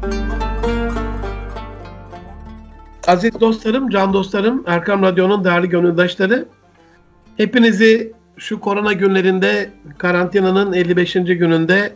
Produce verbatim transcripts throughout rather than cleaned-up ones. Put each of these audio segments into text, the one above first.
Aziz dostlarım, can dostlarım, Erkam Radyo'nun değerli gönüldaşları, hepinizi şu korona günlerinde, karantinanın elli beşinci gününde,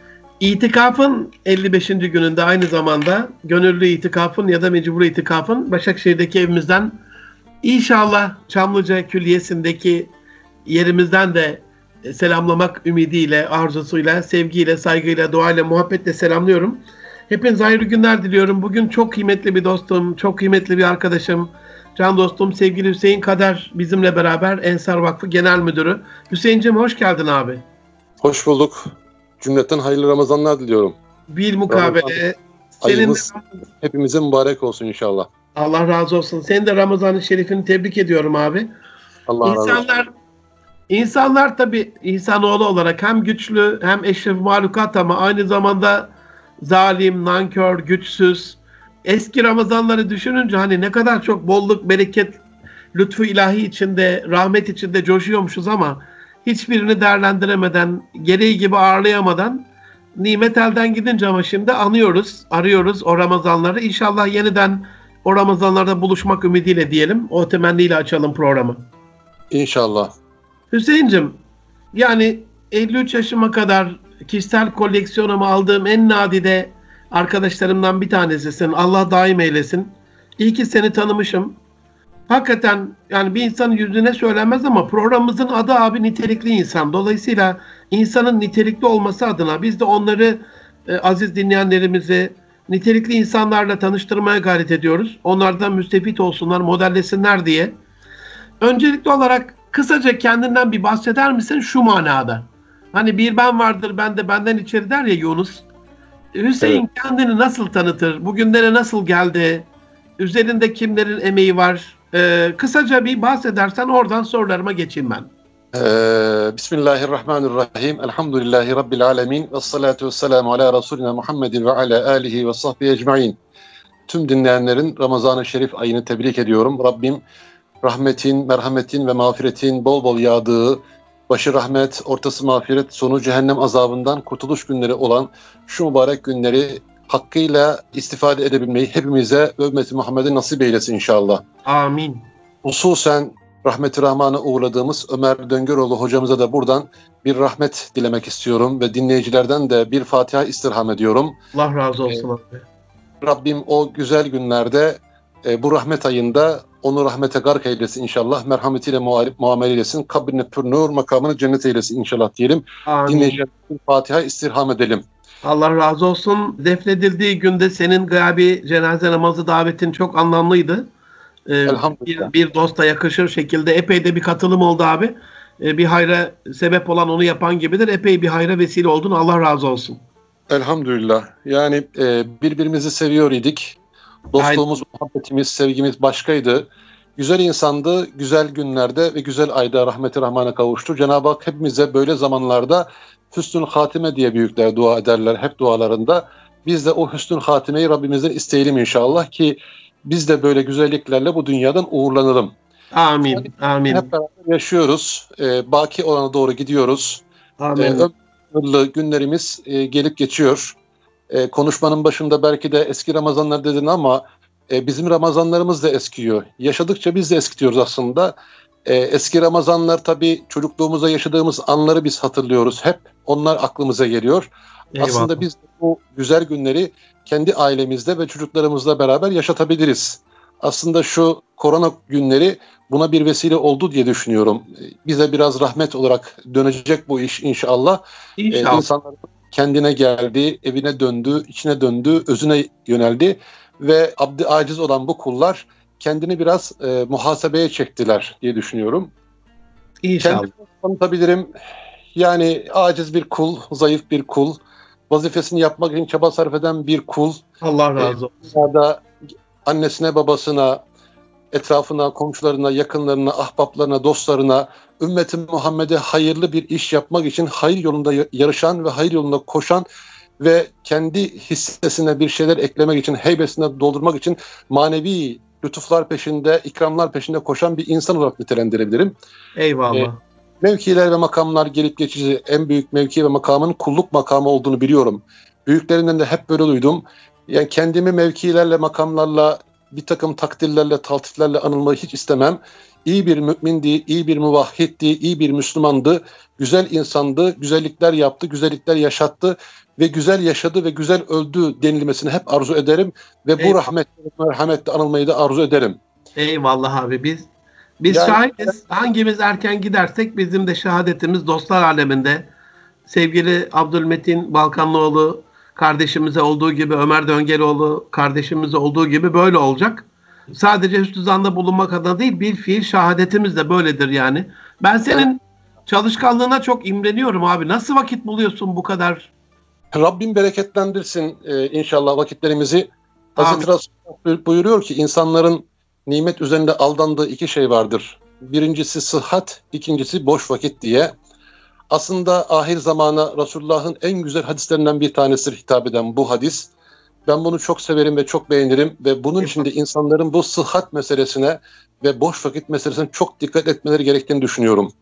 itikafın elli beşinci gününde, aynı zamanda gönüllü itikafın ya da mecburi itikafın Başakşehir'deki evimizden, inşallah Çamlıca Külliyesi'ndeki yerimizden de selamlamak ümidiyle, arzusuyla, sevgiyle, saygıyla, duayla, muhabbetle selamlıyorum. Hepinize hayırlı günler diliyorum. Bugün çok kıymetli bir dostum, çok kıymetli bir arkadaşım, can dostum, sevgili Hüseyin Kader bizimle beraber, Ensar Vakfı Genel Müdürü. Hüseyin'cim hoş geldin abi. Hoş bulduk. Cümleten hayırlı Ramazanlar diliyorum. Bir mukabele. Ayımız Senin... hepimize mübarek olsun inşallah. Allah razı olsun. Senin de Ramazan-ı Şerif'ini tebrik ediyorum abi. Allah İnsanlar, razı olsun. İnsanlar tabii insanoğlu olarak hem güçlü hem eşref mahlukat ama aynı zamanda zalim, nankör, güçsüz. Eski Ramazanları düşününce hani ne kadar çok bolluk, bereket, lütfu ilahi içinde, rahmet içinde coşuyormuşuz ama hiçbirini değerlendiremeden, gereği gibi ağırlayamadan nimet elden gidince ama şimdi anıyoruz, arıyoruz o Ramazanları. İnşallah yeniden o Ramazanlarda buluşmak ümidiyle diyelim. O temenniyle açalım programı. İnşallah. Hüseyin'cim, yani elli üç yaşıma kadar kişisel koleksiyonumu aldığım en nadide arkadaşlarımdan bir tanesisin. Allah daim eylesin. İyi ki seni tanımışım. Hakikaten yani bir insanın yüzüne söylenmez ama programımızın adı abi nitelikli insan. Dolayısıyla insanın nitelikli olması adına biz de onları, e, aziz dinleyenlerimizi nitelikli insanlarla tanıştırmaya gayret ediyoruz. Onlardan müstefit olsunlar, modellesinler diye. Öncelikli olarak kısaca kendinden bir bahseder misin şu manada? Hani bir ben vardır, ben de benden içeri der ya Yunus. Hüseyin evet. Kendini nasıl tanıtır? Bugünlere nasıl geldi? Üzerinde kimlerin emeği var? Ee, kısaca bir bahsedersen oradan sorularıma geçeyim ben. Ee, Bismillahirrahmanirrahim. Elhamdülillahi Rabbil alemin. Vessalatu vesselamu ala Resulina Muhammedin ve ala alihi ve sahbihi ecma'in. Tüm dinleyenlerin Ramazan-ı Şerif ayını tebrik ediyorum. Rabbim rahmetin, merhametin ve mağfiretin bol bol yağdığı, başı rahmet, ortası mağfiret, sonu cehennem azabından kurtuluş günleri olan şu mübarek günleri hakkıyla istifade edebilmeyi hepimize ve ümmeti Muhammed'e nasip eylesin inşallah. Amin. Hususen rahmet-i rahmana uğurladığımız Ömer Döngöroğlu hocamıza da buradan bir rahmet dilemek istiyorum ve dinleyicilerden de bir Fatiha istirham ediyorum. Allah razı olsun abi. Ee, Rabbim o güzel günlerde e, bu rahmet ayında onu rahmete gark eylesin inşallah. Merhametiyle muamele eylesin. Kabrine pür nur, makamını cennet eylesin inşallah diyelim. Dinleyicilerden Fatiha istirham edelim. Allah razı olsun. Defnedildiği günde senin gaybi cenaze namazı davetin çok anlamlıydı. Ee, Elhamdülillah. Bir, bir dosta yakışır şekilde epey de bir katılım oldu abi. Ee, bir hayra sebep olan onu yapan gibidir. Epey bir hayra vesile oldun. Allah razı olsun. Elhamdülillah. Yani e, birbirimizi seviyor idik. Dostluğumuz, aynen, muhabbetimiz, sevgimiz başkaydı. Güzel insandı, güzel günlerde ve güzel ayda rahmeti rahmana kavuştu. Cenab-ı Hak hepimize böyle zamanlarda hüsnül hatime diye büyükler dua ederler hep dualarında. Biz de o hüsnül hatimeyi Rabbimizden isteyelim inşallah ki biz de böyle güzelliklerle bu dünyadan uğurlanalım. Amin, yani amin. Hep beraber yaşıyoruz, e, baki olana doğru gidiyoruz. Amin. E, ömürlü günlerimiz e, gelip geçiyor. E, konuşmanın başında belki de eski Ramazanlar dedin ama e, bizim Ramazanlarımız da eskiyor. Yaşadıkça biz de eskitiyoruz aslında. E, eski Ramazanlar tabii çocukluğumuzda yaşadığımız anları biz hatırlıyoruz hep. Onlar aklımıza geliyor. Eyvallah. Aslında biz bu güzel günleri kendi ailemizde ve çocuklarımızla beraber yaşatabiliriz. Aslında şu korona günleri buna bir vesile oldu diye düşünüyorum. Bize biraz rahmet olarak dönecek bu iş inşallah. İnşallah. E, insanlar kendine geldi, evine döndü, içine döndü, özüne yöneldi ve abdi aciz olan bu kullar kendini biraz e, muhasebeye çektiler diye düşünüyorum. İnşallah. Kendimi tanıtabilirim. Yani aciz bir kul, zayıf bir kul, vazifesini yapmak için çaba sarf eden bir kul. Allah razı olsun. E, annesine, babasına, etrafına, komşularına, yakınlarına, ahbaplarına, dostlarına, ümmeti Muhammed'e hayırlı bir iş yapmak için hayır yolunda yarışan ve hayır yolunda koşan ve kendi hissesine bir şeyler eklemek için, heybesine doldurmak için manevi lütuflar peşinde, ikramlar peşinde koşan bir insan olarak nitelendirebilirim. Eyvallah. Ee, mevkiler ve makamlar gelip geçici, en büyük mevki ve makamın kulluk makamı olduğunu biliyorum. Büyüklerinden de hep böyle duydum. Yani kendimi mevkilerle, makamlarla, bir takım takdirlerle, taltiflerle anılmayı hiç istemem. İyi bir mümindi, iyi bir muvahhiddi, iyi bir Müslümandı, güzel insandı, güzellikler yaptı, güzellikler yaşattı ve güzel yaşadı ve güzel öldü denilmesini hep arzu ederim ve bu Eyvallah. rahmetle, merhametle anılmayı da arzu ederim. Eyvallah abi, biz biz Yani- şahidiz. Hangimiz erken gidersek bizim de şehadetimiz dostlar aleminde. Sevgili Abdülmetin Balkanlıoğlu kardeşimize olduğu gibi, Ömer Döngeloğlu kardeşimize olduğu gibi böyle olacak. Sadece hüsnü zanda bulunmak adına değil, bir fiil şehadetimiz de böyledir yani. Ben senin çalışkanlığına çok imreniyorum abi. Nasıl vakit buluyorsun bu kadar? Rabbim bereketlendirsin e, inşallah vakitlerimizi. Amin. Hazreti Resulullah buyuruyor ki insanların nimet üzerinde aldandığı iki şey vardır. Birincisi sıhhat, ikincisi boş vakit diye. Aslında ahir zamana Resulullah'ın en güzel hadislerinden bir tanesidir hitap eden bu hadis. Ben bunu çok severim ve çok beğenirim ve bunun için de insanların bu sıhhat meselesine ve boş vakit meselesine çok dikkat etmeleri gerektiğini düşünüyorum.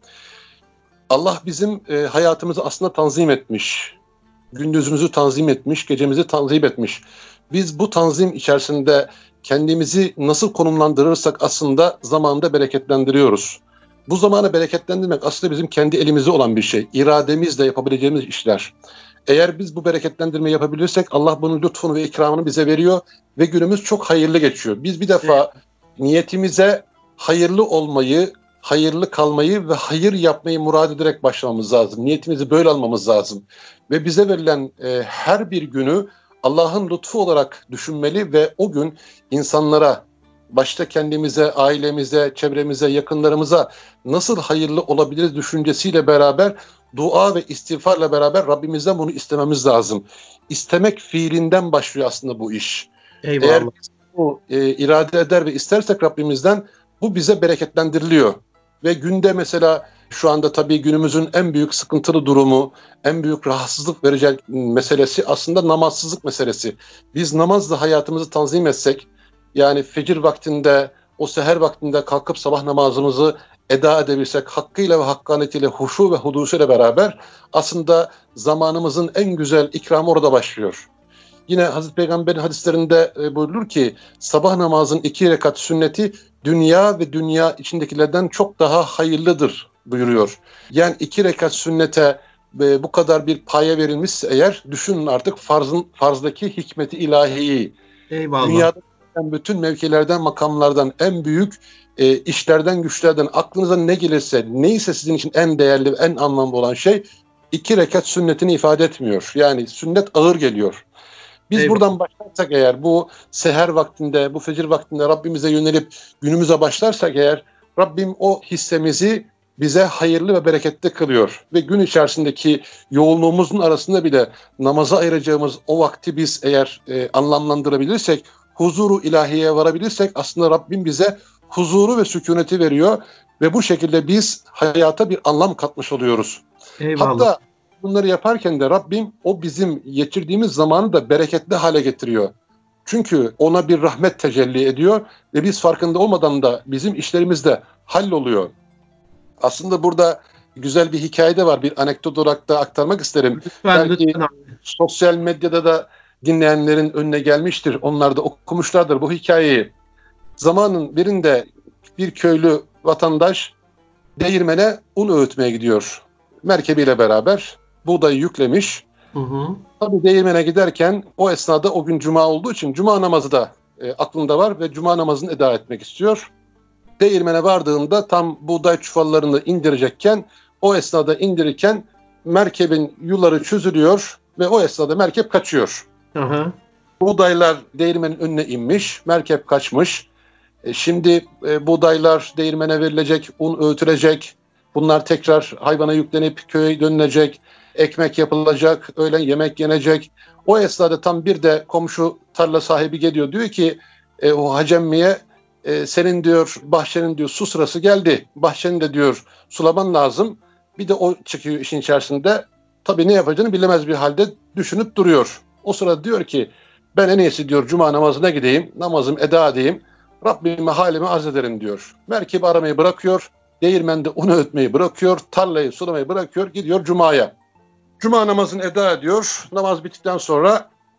Allah bizim e, hayatımızı aslında tanzim etmiş. Gündüzümüzü tanzim etmiş, gecemizi tanzim etmiş. Biz bu tanzim içerisinde kendimizi nasıl konumlandırırsak aslında zamanında bereketlendiriyoruz. Bu zamanı bereketlendirmek aslında bizim kendi elimizde olan bir şey. İrademizle yapabileceğimiz işler. Eğer biz bu bereketlendirmeyi yapabilirsek Allah bunun lütfunu ve ikramını bize veriyor ve günümüz çok hayırlı geçiyor. Biz bir defa niyetimize hayırlı olmayı, hayırlı kalmayı ve hayır yapmayı murad ederek başlamamız lazım. Niyetimizi böyle almamız lazım. Ve bize verilen e, her bir günü Allah'ın lütfu olarak düşünmeli ve o gün insanlara, başta kendimize, ailemize, çevremize, yakınlarımıza nasıl hayırlı olabiliriz düşüncesiyle beraber dua ve istiğfarla beraber Rabbimizden bunu istememiz lazım. İstemek fiilinden başlıyor aslında bu iş. Eyvallah. Eğer biz bu e, irade eder ve istersek Rabbimizden bu bize bereketlendiriliyor. Ve günde mesela şu anda tabii günümüzün en büyük sıkıntılı durumu, en büyük rahatsızlık verecek meselesi aslında namazsızlık meselesi. Biz namazla hayatımızı tanzim etsek, yani fecir vaktinde, o seher vaktinde kalkıp sabah namazımızı eda edebilsek, hakkıyla ve hakkaniyetiyle, huşu ve hudusuyla beraber aslında zamanımızın en güzel ikramı orada başlıyor. Yine Hazreti Peygamber'in hadislerinde e, buyurulur ki sabah namazın iki rekat sünneti dünya ve dünya içindekilerden çok daha hayırlıdır buyuruyor. Yani iki rekat sünnete e, bu kadar bir paya verilmişse eğer düşünün artık farzın farzdaki hikmeti ilahiyi. Eyvallah. Dünyada bütün mevkilerden, makamlardan, en büyük e, işlerden, güçlerden aklınıza ne gelirse, neyse sizin için en değerli, en anlamlı olan şey iki rekat sünnetini ifade etmiyor. Yani sünnet ağır geliyor. Biz Eyvallah. buradan başlarsak eğer bu seher vaktinde, bu fecir vaktinde Rabbimize yönelip günümüze başlarsak eğer Rabbim o hissemizi bize hayırlı ve bereketli kılıyor. Ve gün içerisindeki yoğunluğumuzun arasında bile namaza ayıracağımız o vakti biz eğer e, anlamlandırabilirsek, huzuru ilahiye varabilirsek aslında Rabbim bize huzuru ve sükuneti veriyor. Ve bu şekilde biz hayata bir anlam katmış oluyoruz. Eyvallah. Hatta bunları yaparken de Rabbim o bizim geçirdiğimiz zamanı da bereketli hale getiriyor. Çünkü ona bir rahmet tecelli ediyor ve biz farkında olmadan da bizim işlerimiz de halloluyor. Aslında burada güzel bir hikaye de var. Bir anekdot olarak da aktarmak isterim. Lütfen, Belki lütfen abi. sosyal medyada da dinleyenlerin önüne gelmiştir. Onlar da okumuşlardır bu hikayeyi. Zamanın birinde bir köylü vatandaş değirmene un öğütmeye gidiyor. Merkebiyle beraber buğdayı yüklemiş. Hı hı. Tabii değirmene giderken o esnada o gün cuma olduğu için cuma namazı da e, aklında var ve cuma namazını eda etmek istiyor. Değirmene vardığında tam buğday çuvallarını indirecekken o esnada indirirken merkebin yuları çözülüyor ve o esnada merkep kaçıyor. Hı hı. Buğdaylar değirmenin önüne inmiş, merkep kaçmış. E, şimdi e, buğdaylar değirmene verilecek, un öğütülecek. Bunlar tekrar hayvana yüklenip köye dönülecek, ekmek yapılacak, öğlen yemek yenecek. O esnada tam bir de komşu tarla sahibi geliyor. Diyor ki e, o hacemmiye e, senin diyor bahçenin diyor su sırası geldi. Bahçeni de diyor sulaman lazım. Bir de o çıkıyor işin içerisinde. Tabii ne yapacağını bilemez bir halde düşünüp duruyor. O sırada diyor ki ben en iyisi diyor cuma namazına gideyim, namazımı eda edeyim. Rabbime halimi arz ederim diyor. Merkebi aramayı bırakıyor. Değirmende un öğütmeyi bırakıyor. Tarlayı sulamayı bırakıyor. Gidiyor cumaya. Cuma namazını eda ediyor. Namaz bittikten sonra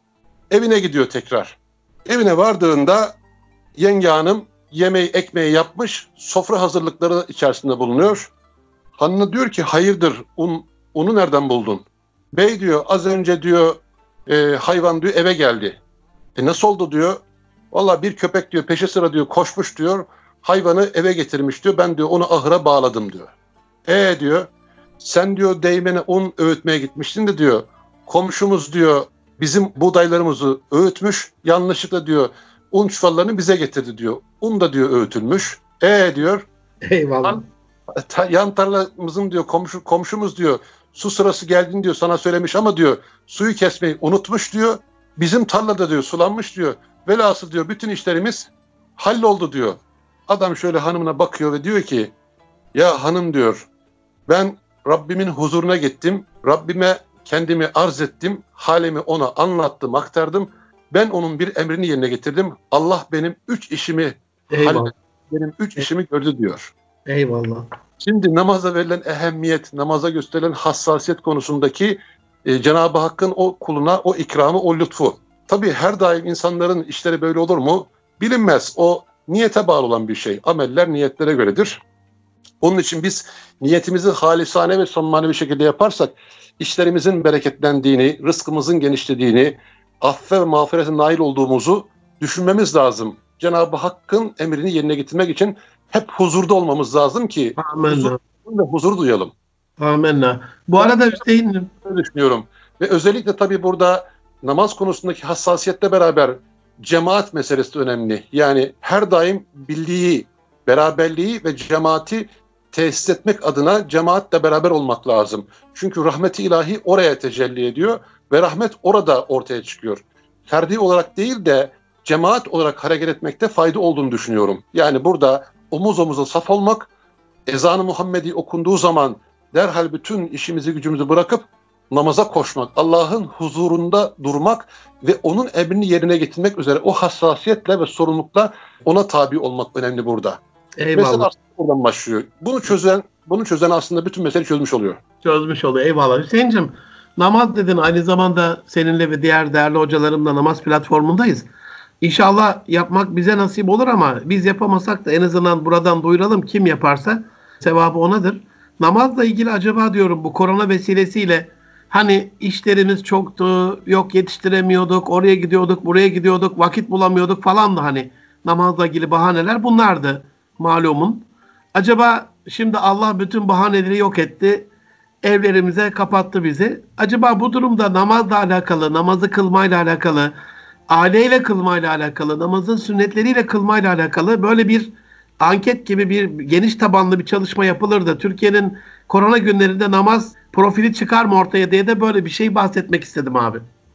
Evine gidiyor tekrar. Evine vardığında yenge hanım yemeği ekmeği yapmış, sofra hazırlıkları içerisinde bulunuyor. Hanına diyor ki hayırdır un, unu nereden buldun? Bey diyor az önce diyor e, hayvan diyor eve geldi. E nasıl oldu diyor. Valla bir köpek diyor peşi sıra diyor koşmuş diyor. Hayvanı eve getirmiş diyor. Ben diyor onu ahıra bağladım diyor. E diyor sen diyor değmene un öğütmeye gitmiştin de diyor. Komşumuz diyor bizim buğdaylarımızı öğütmüş. Yanlışlıkla diyor un çuvallarını bize getirdi diyor. Un da diyor öğütülmüş. E diyor. Eyvallah. Ta, yan tarlamızın diyor komşu, komşumuz diyor su sırası geldiğini diyor sana söylemiş ama diyor suyu kesmeyi unutmuş diyor. Bizim tarlada diyor sulanmış diyor. Velhasıl diyor bütün işlerimiz halloldu diyor. Adam şöyle hanımına bakıyor ve diyor ki ya hanım diyor ben Rabbimin huzuruna gittim. Rabbime kendimi arz ettim. Halimi ona anlattım, aktardım. Ben onun bir emrini yerine getirdim. Allah benim üç işimi halletti. Benim üç işimi gördü diyor. Eyvallah. Şimdi namaza verilen ehemmiyet, namaza gösterilen hassasiyet konusundaki e, Cenab-ı Hakk'ın o kuluna o ikramı, o lütfu. Tabii her daim insanların işleri böyle olur mu? Bilinmez. O niyete bağlı olan bir şey. Ameller niyetlere göredir. Onun için biz niyetimizi halisane ve samimane bir şekilde yaparsak işlerimizin bereketlendiğini, rızkımızın genişlediğini, affe ve mağfirete nail olduğumuzu düşünmemiz lazım. Cenab-ı Hakk'ın emrini yerine getirmek için hep huzurda olmamız lazım ki huzur ve huzur duyalım. Amenna. Bu ben arada Hüseyin'im düşünüyorum. Ve özellikle tabii burada namaz konusundaki hassasiyetle beraber cemaat meselesi de önemli. Yani her daim birliği, beraberliği ve cemaati tesis etmek adına cemaatle beraber olmak lazım. Çünkü rahmeti ilahi oraya tecelli ediyor ve rahmet orada ortaya çıkıyor. Ferdi olarak değil de cemaat olarak hareket etmekte fayda olduğunu düşünüyorum. Yani burada omuz omuza saf olmak, ezan-ı Muhammedi okunduğu zaman derhal bütün işimizi gücümüzü bırakıp namaza koşmak, Allah'ın huzurunda durmak ve onun emrini yerine getirmek üzere o hassasiyetle ve sorumlulukla ona tabi olmak önemli burada. Eyvallah. Mesela aslında oradan başlıyor. Bunu çözen, bunu çözen aslında bütün meseleyi çözmüş oluyor. Çözmüş oluyor. Eyvallah. Hüseyin'cim namaz dedin, aynı zamanda seninle ve diğer değerli hocalarımla namaz platformundayız. İnşallah yapmak bize nasip olur ama biz yapamasak da en azından buradan duyuralım, kim yaparsa sevabı onadır. Namazla ilgili acaba diyorum bu korona vesilesiyle hani işlerimiz çoktu, yok yetiştiremiyorduk, oraya gidiyorduk, buraya gidiyorduk, vakit bulamıyorduk falan da hani namazla ilgili bahaneler bunlardı malumun. Acaba şimdi Allah bütün bahaneleri yok etti, evlerimize kapattı bizi. Acaba bu durumda namazla alakalı, namazı kılmayla alakalı, aileyle kılmayla alakalı, namazın sünnetleriyle kılmayla alakalı böyle bir anket gibi bir geniş tabanlı bir çalışma yapılır da Türkiye'nin korona günlerinde namaz profili çıkar mı ortaya diye de böyle bir şey bahsetmek istedim abi.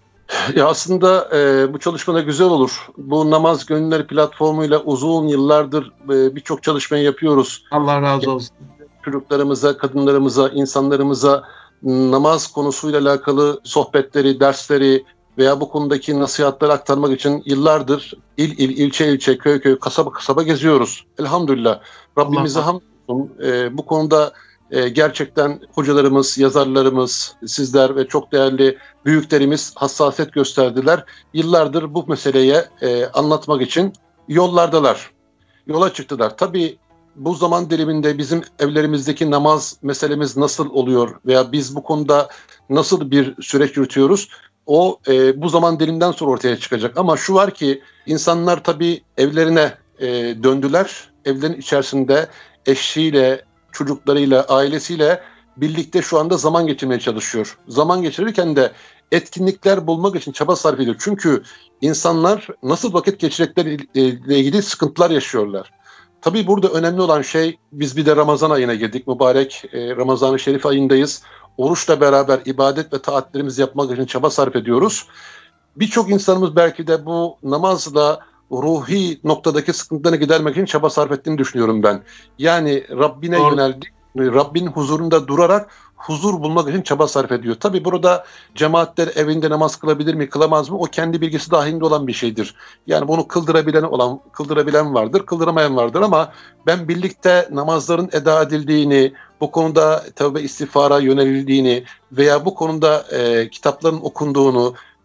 Ya aslında e, bu çalışma da güzel olur. Bu namaz gönülleri platformuyla uzun yıllardır e, birçok çalışmayı yapıyoruz. Allah razı olsun. Çocuklarımıza, kadınlarımıza, insanlarımıza namaz konusuyla alakalı sohbetleri, dersleri veya bu konudaki nasihatleri aktarmak için yıllardır il il, ilçe ilçe, köy köy, kasaba kasaba geziyoruz. Elhamdülillah. Rabbimize hamdolsun. E, bu konuda e, gerçekten hocalarımız, yazarlarımız, sizler ve çok değerli büyüklerimiz hassasiyet gösterdiler. Yıllardır bu meseleye e, anlatmak için yollardalar. Yola çıktılar. Tabii bu zaman diliminde bizim evlerimizdeki namaz meselemiz nasıl oluyor veya biz bu konuda nasıl bir süreç yürütüyoruz? O e, bu zaman diliminden sonra ortaya çıkacak. Ama şu var ki insanlar tabii evlerine e, döndüler. Evlerin içerisinde eşiyle, çocuklarıyla, ailesiyle birlikte şu anda zaman geçirmeye çalışıyor. Zaman geçirirken de etkinlikler bulmak için çaba sarf ediyor. Çünkü insanlar nasıl vakit geçireceklerle ilgili sıkıntılar yaşıyorlar. Tabii burada önemli olan şey, biz bir de Ramazan ayına girdik. Mübarek e, Ramazan-ı Şerif ayındayız. Oruçla beraber ibadet ve taatlerimizi yapmak için çaba sarf ediyoruz. Birçok insanımız belki de bu namazla ruhi noktadaki sıkıntılarını gidermek için çaba sarf ettiğini düşünüyorum ben. Yani Rabbine Doğru. yöneldi, Rabbin huzurunda durarak huzur bulmak için çaba sarf ediyor. Tabii burada cemaatler evinde namaz kılabilir mi, kılamaz mı? O kendi bilgisi dahilinde olan bir şeydir. Yani bunu kıldırabilen olan, kıldırabilen vardır, kıldıramayan vardır ama ben birlikte namazların eda edildiğini, bu konuda tevbe istiğfara yönelildiğini veya bu konuda e, kitapların okunduğunu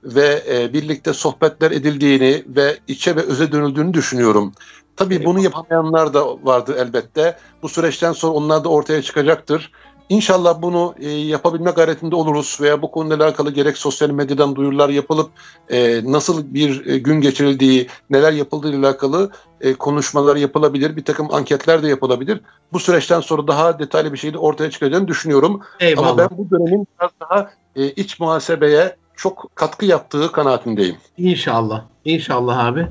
ve e, birlikte sohbetler edildiğini ve içe ve öze dönüldüğünü düşünüyorum. Tabii bunu yapamayanlar da vardır elbette. Bu süreçten sonra onlar da ortaya çıkacaktır. İnşallah bunu e, yapabilme gayretinde oluruz veya bu konuyla alakalı gerek sosyal medyadan duyurular yapılıp e, nasıl bir e, gün geçirildiği, neler yapıldığı ile alakalı e, konuşmalar yapılabilir, bir takım anketler de yapılabilir. Bu süreçten sonra daha detaylı bir şey de ortaya çıkacağını düşünüyorum. Eyvallah. Ama ben bu dönemin biraz daha e, iç muhasebeye çok katkı yaptığı kanaatindeyim. İnşallah. İnşallah abi.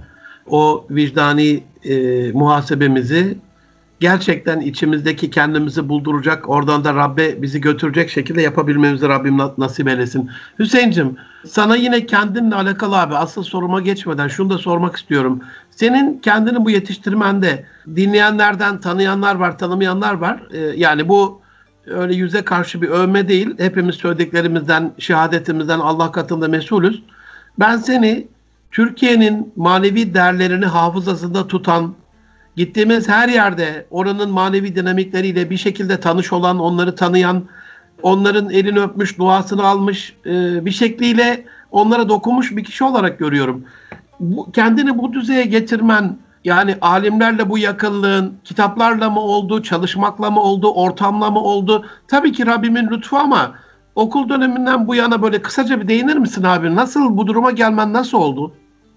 O vicdani e, muhasebemizi gerçekten içimizdeki kendimizi bulduracak, oradan da Rabbe bizi götürecek şekilde yapabilmemizi Rabbim nasip eylesin. Hüseyin'cim, sana yine kendinle alakalı abi, asıl soruma geçmeden şunu da sormak istiyorum. Senin kendini bu yetiştirmende dinleyenlerden tanıyanlar var, tanımayanlar var. Ee, yani bu öyle yüze karşı bir övme değil. Hepimiz söylediklerimizden, şehadetimizden Allah katında mesulüz. Ben seni Türkiye'nin manevi değerlerini hafızasında tutan, gittiğimiz her yerde oranın manevi dinamikleriyle bir şekilde tanış olan, onları tanıyan, onların elini öpmüş, duasını almış, bir şekliyle onlara dokunmuş bir kişi olarak görüyorum. Bu, kendini bu düzeye getirmen, yani alimlerle bu yakınlığın, kitaplarla mı oldu, çalışmakla mı oldu, ortamla mı oldu? Tabii ki Rabbimin lütfu ama okul döneminden bu yana böyle kısaca bir değinir misin abi? Nasıl, bu duruma gelmen nasıl oldu?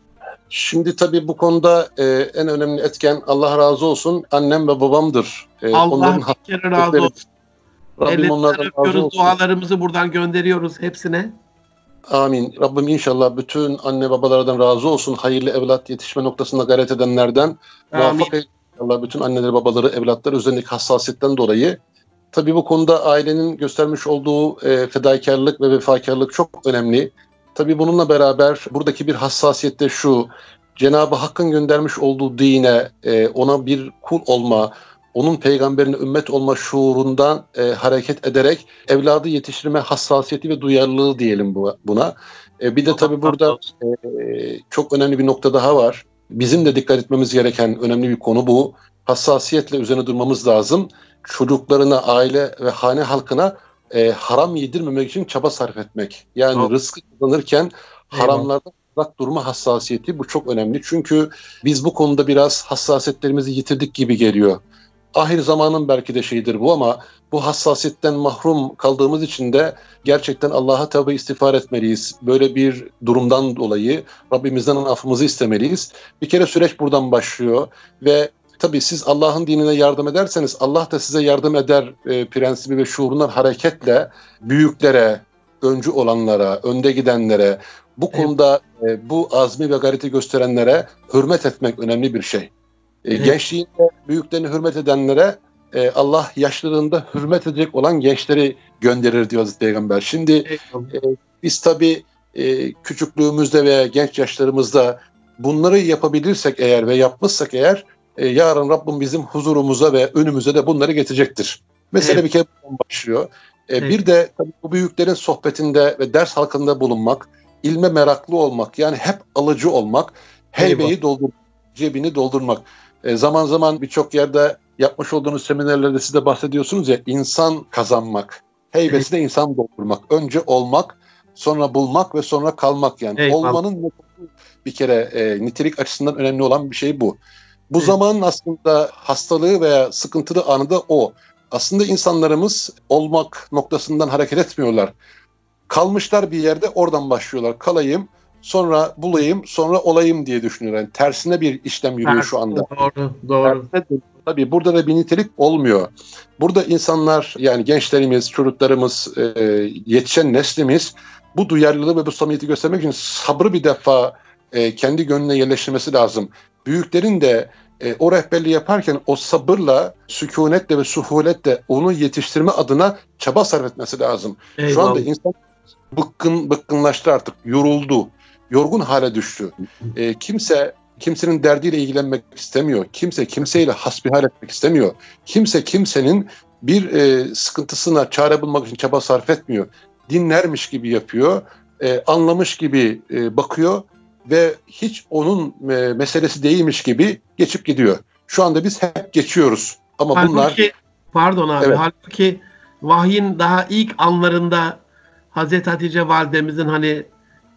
Şimdi tabii bu konuda e, en önemli etken, Allah razı olsun, annem ve babamdır. E, Allah bir kere razı olsun. Rabbim onlardan razı olsun. Dualarımızı buradan gönderiyoruz hepsine. Amin. Rabbim inşallah bütün anne babalardan razı olsun. Hayırlı evlat yetişme noktasında gayret edenlerden. Muvaffak eylesin Allah bütün anneleri babaları evlatları üzerindeki hassasiyetten dolayı. Tabii bu konuda ailenin göstermiş olduğu e, fedakarlık ve vefakarlık çok önemli. Tabii bununla beraber buradaki bir hassasiyet de şu: Cenab-ı Hakk'ın göndermiş olduğu dine, e, ona bir kul olma, onun peygamberine ümmet olma şuurundan e, hareket ederek evladı yetiştirme hassasiyeti ve duyarlılığı diyelim buna. E, bir de tabii burada e, çok önemli bir nokta daha var. Bizim de dikkat etmemiz gereken önemli bir konu bu. Hassasiyetle üzerine durmamız lazım. Çocuklarına, aile ve hane halkına e, haram yedirmemek için çaba sarf etmek. Yani oh. rızkı kazanırken haramlardan uzak durma hassasiyeti, bu çok önemli. Çünkü biz bu konuda biraz hassasiyetlerimizi yitirdik gibi geliyor. Ahir zamanın belki de şeyidir bu ama bu hassasiyetten mahrum kaldığımız için de gerçekten Allah'a tövbe istiğfar etmeliyiz. Böyle bir durumdan dolayı Rabbimizden affımızı istemeliyiz. Bir kere süreç buradan başlıyor ve tabii siz Allah'ın dinine yardım ederseniz Allah da size yardım eder e, prensibi ve şuurundan hareketle büyüklere, öncü olanlara, önde gidenlere, bu konuda e, bu azmi ve gayreti gösterenlere hürmet etmek önemli bir şey. E, gençliğinde büyüklerini hürmet edenlere e, Allah yaşlılığında hürmet edecek olan gençleri gönderir diyor Hazreti Peygamber. Şimdi e, biz tabii e, küçüklüğümüzde veya genç yaşlarımızda bunları yapabilirsek eğer ve yapmışsak eğer e, yarın Rabbim bizim huzurumuza ve önümüze de bunları getirecektir. Mesele evet. bir kere buradan başlıyor. E, evet. Bir de tabii bu büyüklerin sohbetinde ve ders halkında bulunmak, ilme meraklı olmak, yani hep alıcı olmak, heybeyi doldurmak, cebini doldurmak. E, zaman zaman birçok yerde yapmış olduğunuz seminerlerde siz de bahsediyorsunuz ya, insan kazanmak, heybesine evet. insan doldurmak. Önce olmak, sonra bulmak ve sonra kalmak yani. Eyvallah. Olmanın bir kere e, nitelik açısından önemli olan bir şey bu. Bu evet. zamanın aslında hastalığı veya sıkıntılı anı da o. Aslında insanlarımız olmak noktasından hareket etmiyorlar. Kalmışlar bir yerde, oradan başlıyorlar. Kalayım, sonra bulayım, sonra olayım diye düşünüyorlar. Yani tersine bir işlem yürüyor evet, şu anda. Doğru, doğru. Tersine, tabii burada da bir nitelik olmuyor. Burada insanlar, yani gençlerimiz, çocuklarımız, e, yetişen neslimiz bu duyarlılığı ve bu samimiyeti göstermek için sabrı bir defa e, kendi gönlüne yerleştirmesi lazım. Büyüklerin de e, o rehberliği yaparken o sabırla, sükunetle ve suhuletle onu yetiştirme adına çaba sarf etmesi lazım. Eyvallah. Şu anda insan bıkkın bıkkınlaştı artık, yoruldu, yorgun hale düştü. E, kimse kimsenin derdiyle ilgilenmek istemiyor. Kimse kimseyle hasbihal etmek istemiyor. Kimse kimsenin bir e, sıkıntısına çare bulmak için çaba sarf etmiyor. Dinlermiş gibi yapıyor, e, anlamış gibi e, bakıyor ve hiç onun e, meselesi değilmiş gibi geçip gidiyor. Şu anda biz hep geçiyoruz. Ama halbuki, bunlar... Pardon abi, evet. halbuki vahyin daha ilk anlarında Hazreti Hatice validemizin hani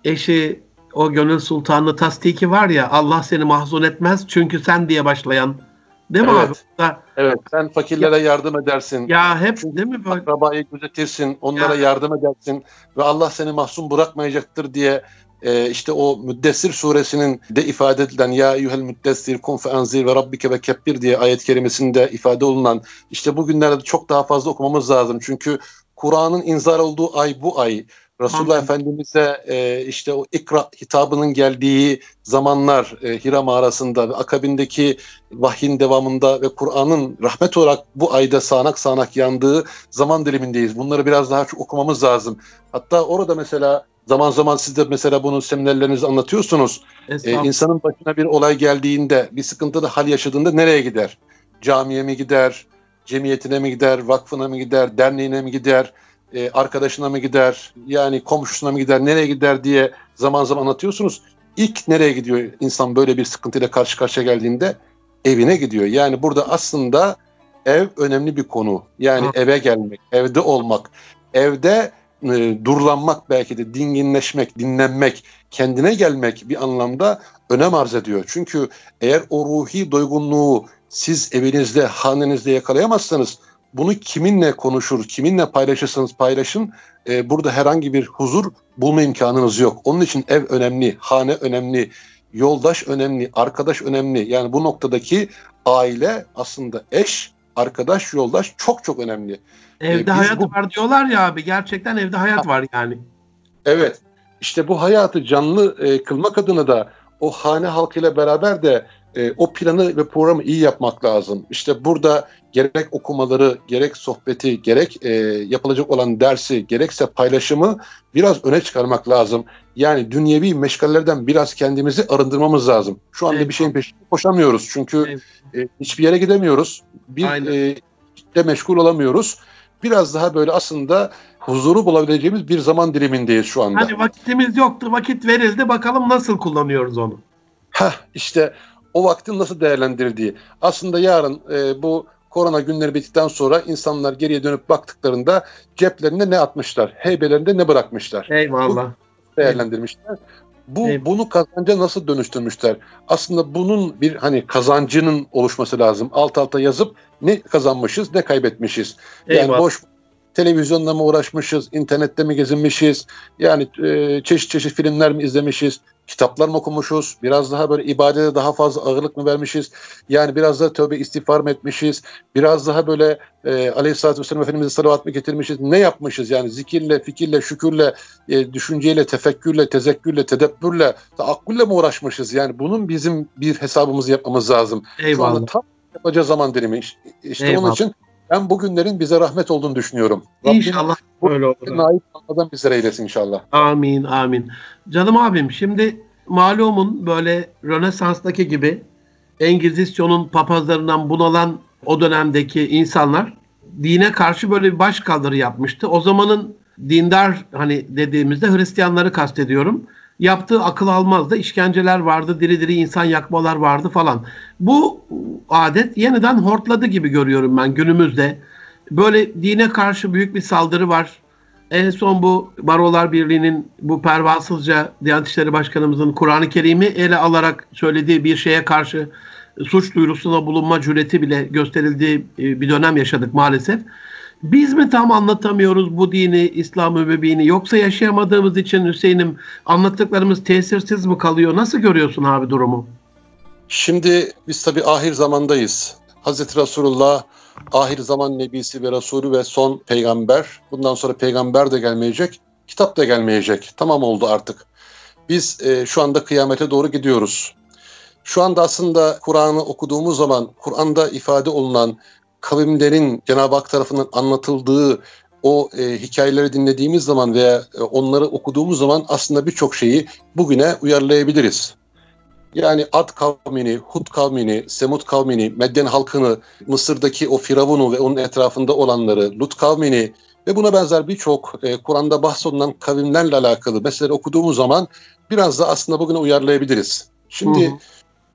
eşi o gönül sultanı tasdiki var ya, Allah seni mahzun etmez çünkü sen diye başlayan. Değil mi Evet. abi? Evet, sen fakirlere yardım edersin. Ya hep Çünkü değil mi? Bak, akrabayı gözetirsin, onlara Ya. yardım edersin ve Allah seni mahzun bırakmayacaktır diye e, işte o Müddessir suresinin de ifade edilen ya eyyuhel müddessir kum fe enzir ve rabbike ve kebbir diye ayet kerimesinde ifade olunan, işte bugünlerde çok daha fazla okumamız lazım. Çünkü Kur'an'ın inzal olduğu ay bu ay. Resulullah Amin. Efendimiz'e e, işte o ikra hitabının geldiği zamanlar e, Hira mağarasında ve akabindeki vahyin devamında ve Kur'an'ın rahmet olarak bu ayda sağanak sağanak yandığı zaman dilimindeyiz. Bunları biraz daha çok okumamız lazım. Hatta orada mesela zaman zaman siz de mesela bunu seminerlerinizde anlatıyorsunuz. Ee, insanın başına bir olay geldiğinde, bir sıkıntıda hal yaşadığında nereye gider? Camiye mi gider? Cemiyetine mi gider? Vakfına mı gider? Derneğine mi gider? Ee, arkadaşına mı gider? Yani komşusuna mı gider? Nereye gider diye zaman zaman anlatıyorsunuz. İlk nereye gidiyor insan böyle bir sıkıntıyla karşı karşıya geldiğinde? Evine gidiyor. Yani burada aslında ev önemli bir konu. Yani Ha. eve gelmek, evde olmak, evde e, durlanmak, belki de dinginleşmek, dinlenmek, kendine gelmek bir anlamda önem arz ediyor. Çünkü eğer o ruhi doygunluğu siz evinizde, hanenizde yakalayamazsanız bunu kiminle konuşur, kiminle paylaşırsanız paylaşın, e, burada herhangi bir huzur bulma imkanınız yok. Onun için ev önemli, hane önemli, yoldaş önemli, arkadaş önemli. Yani bu noktadaki aile aslında eş, arkadaş, yoldaş çok çok önemli. Evde Ee, hayat bu... var diyorlar ya abi. Gerçekten evde hayat var yani. Evet. İşte bu hayatı canlı e, kılmak adına da o hane halkıyla beraber de e, o planı ve programı iyi yapmak lazım. İşte burada gerek okumaları, gerek sohbeti, gerek e, yapılacak olan dersi, gerekse paylaşımı biraz öne çıkarmak lazım. Yani dünyevi meşgallerden biraz kendimizi arındırmamız lazım. Şu anda Evet. bir şeyin peşinde koşamıyoruz. Çünkü Evet. e, hiçbir yere gidemiyoruz. Bir e, de meşgul olamıyoruz. Biraz daha böyle aslında huzuru bulabileceğimiz bir zaman dilimindeyiz şu anda. Hani vakitimiz yoktu, vakit verildi. Bakalım nasıl kullanıyoruz onu. Heh, işte o vaktin nasıl değerlendirildiği. Aslında yarın e, bu korona günleri bittikten sonra insanlar geriye dönüp baktıklarında ceplerinde ne atmışlar, heybelerinde ne bırakmışlar. Eyvallah. Bu değerlendirmişler. Bu Eyvallah. bunu kazanca nasıl dönüştürmüşler? Aslında bunun bir hani kazancının oluşması lazım. Alt alta yazıp ne kazanmışız, ne kaybetmişiz. Yani Eyvallah. boş televizyonla mı uğraşmışız, internette mi gezinmişiz, yani e, çeşit çeşit filmler mi izlemişiz, kitaplar mı okumuşuz, biraz daha böyle ibadete daha fazla ağırlık mı vermişiz, yani biraz daha tövbe istiğfar mı etmişiz, biraz daha böyle e, Aleyhisselatü Vesselam Efendimiz'e salavat mı getirmişiz, ne yapmışız yani zikirle, fikirle, şükürle, e, düşünceyle, tefekkürle, tezekkürle, tedebbürle, taakkülle mi uğraşmışız, yani bunun bizim bir hesabımızı yapmamız lazım. Eyvallah. Şu anda tam yapacağı zaman dilimi. İşte Eyvallah. onun için ben bugünlerin bize rahmet olduğunu düşünüyorum. İnşallah Rabbim öyle olur. naip olmadan bizlere eylesin inşallah. Amin, amin. Canım abim, şimdi malumun böyle Rönesans'taki gibi Engizisyon'un papazlarından bunalan o dönemdeki insanlar dine karşı böyle bir başkaldırı yapmıştı. O zamanın dindar hani dediğimizde Hristiyanları kastediyorum. Yaptığı akıl almazdı. İşkenceler vardı, diri diri insan yakmalar vardı falan. Bu adet yeniden hortladı gibi görüyorum ben günümüzde. Böyle dine karşı büyük bir saldırı var. En son bu Barolar Birliği'nin bu pervasızca Diyanet İşleri Başkanımızın Kur'an-ı Kerim'i ele alarak söylediği bir şeye karşı suç duyurusunda bulunma cüreti bile gösterildiği bir dönem yaşadık maalesef. Biz mi tam anlatamıyoruz bu dini, İslam-ı Mübin'i, yoksa yaşayamadığımız için Hüseyin'im anlattıklarımız tesirsiz mi kalıyor? Nasıl görüyorsun abi durumu? Şimdi biz tabii ahir zamandayız. Hazreti Resulullah ahir zaman nebisi ve Resulü ve son peygamber. Bundan sonra peygamber de gelmeyecek, kitap da gelmeyecek. Tamam oldu artık. Biz e, şu anda kıyamete doğru gidiyoruz. Şu anda aslında Kur'an'ı okuduğumuz zaman Kur'an'da ifade olunan kavimlerin Cenab-ı Hak tarafından anlatıldığı o e, hikayeleri dinlediğimiz zaman veya e, onları okuduğumuz zaman aslında birçok şeyi bugüne uyarlayabiliriz. Yani Ad kavmini, Hud kavmini, Semud kavmini, Medyen halkını, Mısır'daki o Firavun'u ve onun etrafında olanları, Lut kavmini ve buna benzer birçok e, Kur'an'da bahsedilen kavimlerle alakalı meseleleri okuduğumuz zaman biraz da aslında bugüne uyarlayabiliriz. Şimdi Hı hı.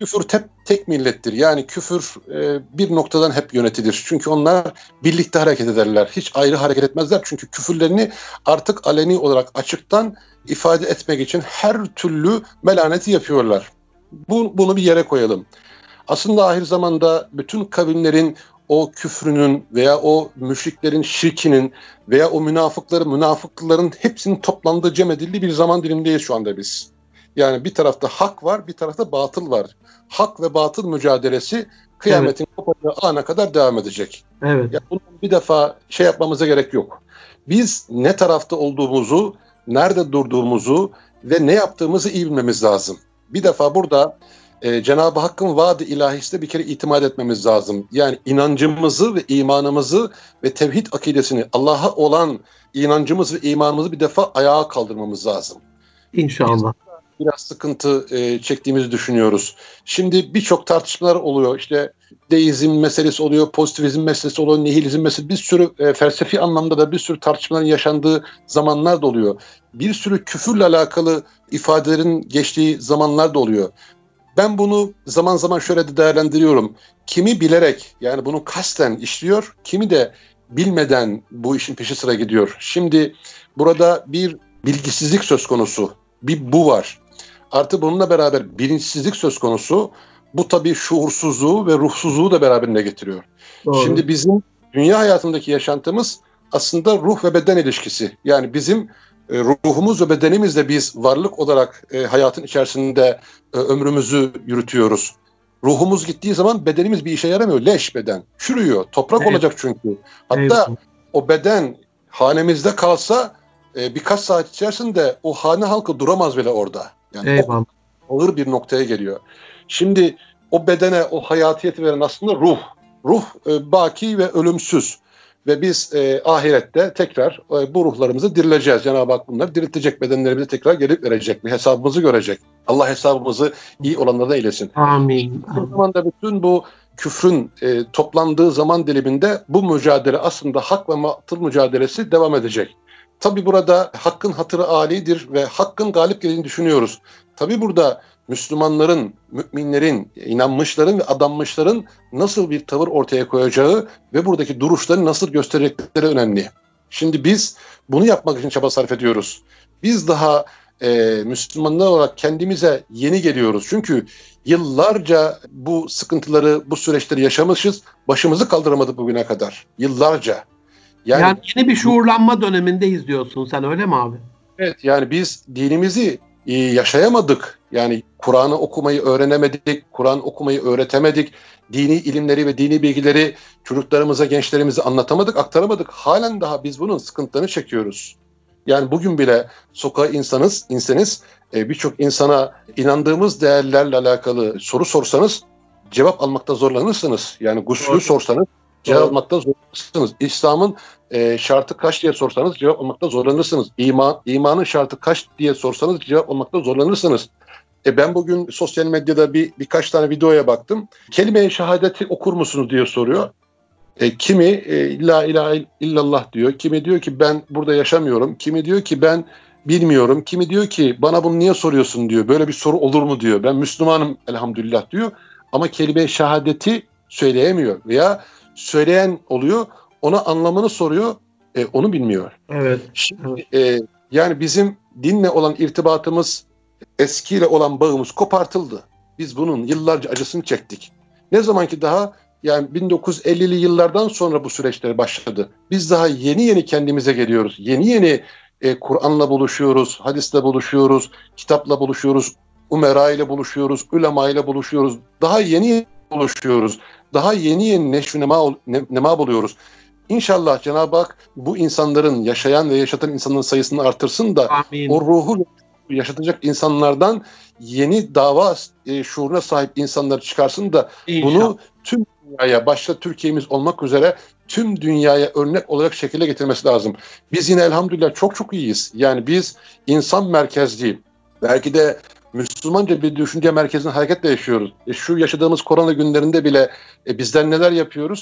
küfür tek, tek millettir. Yani küfür e, bir noktadan hep yönetilir. Çünkü onlar birlikte hareket ederler. Hiç ayrı hareket etmezler. Çünkü küfürlerini artık aleni olarak açıktan ifade etmek için her türlü melaneti yapıyorlar. Bu, bunu bir yere koyalım. Aslında ahir zamanda bütün kavimlerin o küfrünün veya o müşriklerin şirkinin veya o münafıkların, münafıkların hepsinin toplandığı cem edildiği bir zaman dilimdeyiz şu anda biz. Yani bir tarafta hak var, bir tarafta batıl var. Hak ve batıl mücadelesi kıyametin evet. kopacağı ana kadar devam edecek. Evet. Yani bunu bir defa şey yapmamıza gerek yok. Biz ne tarafta olduğumuzu, nerede durduğumuzu ve ne yaptığımızı iyi bilmemiz lazım. Bir defa burada e, Cenab-ı Hakk'ın vaadi ilahisine bir kere itimat etmemiz lazım. Yani inancımızı ve imanımızı ve tevhid akidesini, Allah'a olan inancımız ve imanımızı bir defa ayağa kaldırmamız lazım. İnşallah. Biz biraz sıkıntı e, çektiğimizi düşünüyoruz. Şimdi birçok tartışmalar oluyor. İşte deizm meselesi oluyor, pozitivizm meselesi oluyor, nihilizm meselesi. Bir sürü e, felsefi anlamda da bir sürü tartışmaların yaşandığı zamanlar da oluyor. Bir sürü küfürle alakalı ifadelerin geçtiği zamanlar da oluyor. Ben bunu zaman zaman şöyle de değerlendiriyorum. Kimi bilerek, yani bunu kasten işliyor, kimi de bilmeden bu işin peşi sıra gidiyor. Şimdi burada bir bilgisizlik söz konusu, bir bu var. Artı bununla beraber bilinçsizlik söz konusu. Bu tabii şuursuzluğu ve ruhsuzluğu da beraberinde getiriyor. Doğru. Şimdi bizim dünya hayatındaki yaşantımız aslında ruh ve beden ilişkisi. Yani bizim e, ruhumuz ve bedenimizle biz varlık olarak e, hayatın içerisinde e, ömrümüzü yürütüyoruz. Ruhumuz gittiği zaman bedenimiz bir işe yaramıyor. Leş beden. Çürüyor. Toprak evet. olacak çünkü. Hatta evet. o beden hanemizde kalsa e, birkaç saat içerisinde o hane halkı duramaz bile orada. Yani o, ağır bir noktaya geliyor. Şimdi o bedene o hayatiyeti veren aslında ruh. Ruh e, baki ve ölümsüz. Ve biz e, ahirette tekrar e, bu ruhlarımızı dirileceğiz. Cenab-ı Hak bunları diriltecek, bedenlerimizi tekrar gelip verecek. Bir hesabımızı görecek. Allah hesabımızı iyi olanlardan eylesin. Amin. O zaman da bütün bu küfrün e, toplandığı zaman diliminde bu mücadele aslında hak ve batıl mücadelesi devam edecek. Tabi burada hakkın hatırı âlidir ve hakkın galip geldiğini düşünüyoruz. Tabi burada Müslümanların, müminlerin, inanmışların ve adanmışların nasıl bir tavır ortaya koyacağı ve buradaki duruşları nasıl gösterecekleri önemli. Şimdi biz bunu yapmak için çaba sarf ediyoruz. Biz daha e, Müslümanlar olarak kendimize yeni geliyoruz. Çünkü yıllarca bu sıkıntıları, bu süreçleri yaşamışız. Başımızı kaldıramadık bugüne kadar. Yıllarca. Yani, yani yeni bir şuurlanma dönemindeyiz diyorsun sen, öyle mi abi? Evet, yani biz dinimizi e, yaşayamadık. Yani Kur'an'ı okumayı öğrenemedik, Kur'an okumayı öğretemedik. Dini ilimleri ve dini bilgileri çocuklarımıza, gençlerimize anlatamadık, aktaramadık. Halen daha biz bunun sıkıntılarını çekiyoruz. Yani bugün bile sokağa insanız, insanız e, birçok insana inandığımız değerlerle alakalı soru sorsanız cevap almakta zorlanırsınız. Yani guslü sorsanız cevap almakta zorlanırsınız. İslam'ın e, şartı kaç diye sorsanız cevap almakta zorlanırsınız. İman, imanın şartı kaç diye sorsanız cevap almakta zorlanırsınız. E ben bugün sosyal medyada bir birkaç tane videoya baktım. Kelime-i şehadeti okur musunuz diye soruyor. E, kimi e, la ilahe illallah diyor. Kimi diyor ki ben burada yaşamıyorum. Kimi diyor ki ben bilmiyorum. Kimi diyor ki bana bunu niye soruyorsun diyor. Böyle bir soru olur mu diyor. Ben Müslümanım elhamdülillah diyor. Ama kelime-i şehadeti söyleyemiyor veya söyleyen oluyor, ona anlamını soruyor, e, onu bilmiyor. Evet. Şimdi, e, yani bizim dinle olan irtibatımız, eskiyle olan bağımız kopartıldı. Biz bunun yıllarca acısını çektik. Ne zaman ki daha yani bin dokuz yüz ellili yıllardan sonra bu süreçler başladı. Biz daha yeni yeni kendimize geliyoruz. Yeni yeni e, Kur'an'la buluşuyoruz, hadisle buluşuyoruz, kitapla buluşuyoruz, umera ile buluşuyoruz, ulema ile buluşuyoruz. Daha yeni yeni buluşuyoruz. Daha yeni yeni neşv nema, nema buluyoruz. İnşallah Cenab-ı Hak bu insanların, yaşayan ve yaşatan insanların sayısını artırsın da Amin. O ruhu yaşatacak insanlardan yeni dava e, şuuruna sahip insanları çıkarsın da İnşallah. Bunu tüm dünyaya, başta Türkiye'miz olmak üzere tüm dünyaya örnek olarak şekilde getirmesi lazım. Biz yine elhamdülillah çok çok iyiyiz. Yani biz insan merkezli, belki de Müslümanca bir düşünce merkezinde hareketle yaşıyoruz. E şu yaşadığımız korona günlerinde bile e, bizler neler yapıyoruz?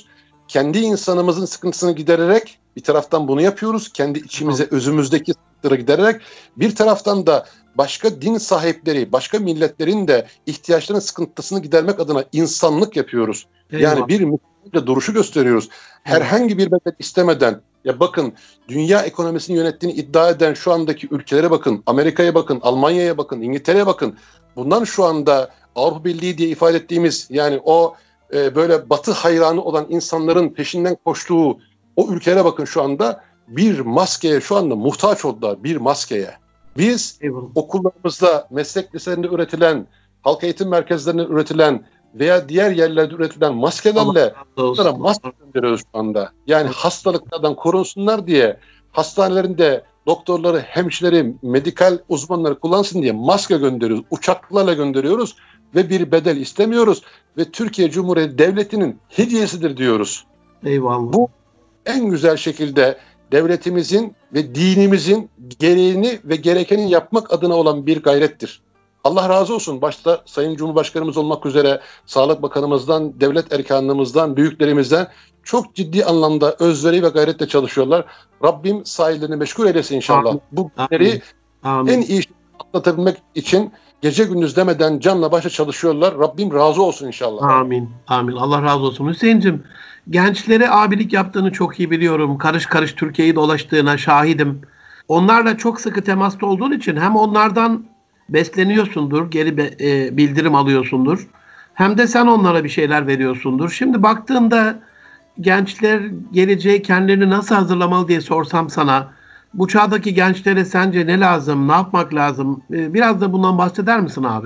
kendi insanımızın sıkıntısını gidererek bir taraftan bunu yapıyoruz. Kendi içimize, özümüzdeki sıkıntıları gidererek, bir taraftan da başka din sahipleri, başka milletlerin de ihtiyaçlarının sıkıntısını gidermek adına insanlık yapıyoruz. Eyvallah. Yani bir Müslümanca duruşu gösteriyoruz. Herhangi bir bedel istemeden. Ya bakın, dünya ekonomisini yönettiğini iddia eden şu andaki ülkelere bakın. Amerika'ya bakın, Almanya'ya bakın, İngiltere'ye bakın. Bundan şu anda Avrupa Birliği diye ifade ettiğimiz, yani o e, böyle batı hayranı olan insanların peşinden koştuğu o ülkelere bakın, şu anda bir maskeye şu anda muhtaç oldular, bir maskeye. Biz Eyvallah. okullarımızda, meslek liselerinde üretilen, halk eğitim merkezlerinde üretilen veya diğer yerlerde üretilen maskelerle onlara maske gönderiyoruz şu anda. Yani hastalıklardan korunsunlar diye hastanelerinde doktorları, hemşireleri, medikal uzmanları kullansın diye maske gönderiyoruz. Uçaklarla gönderiyoruz ve bir bedel istemiyoruz ve Türkiye Cumhuriyeti Devleti'nin hediyesidir diyoruz. Eyvallah. Bu en güzel şekilde devletimizin ve dinimizin gereğini ve gerekeni yapmak adına olan bir gayrettir. Allah razı olsun. Başta Sayın Cumhurbaşkanımız olmak üzere Sağlık Bakanımızdan, devlet erkanlığımızdan, büyüklerimizden çok ciddi anlamda özveri ve gayretle çalışıyorlar. Rabbim sahillerini meşgul eylesin inşallah. Amin. Bu günleri Amin. en iyi atlatabilmek için gece gündüz demeden canla başla çalışıyorlar. Rabbim razı olsun inşallah. Amin. Amin. Allah razı olsun. Hüseyin'cim, gençlere abilik yaptığını çok iyi biliyorum. Karış karış Türkiye'yi dolaştığına şahidim. Onlarla çok sıkı temasta olduğun için hem onlardan besleniyorsundur, geri be, e, bildirim alıyorsundur. Hem de sen onlara bir şeyler veriyorsundur. Şimdi baktığında gençler geleceğe kendilerini nasıl hazırlamalı diye sorsam sana, bu çağdaki gençlere sence ne lazım, ne yapmak lazım? E, biraz da bundan bahseder misin abi?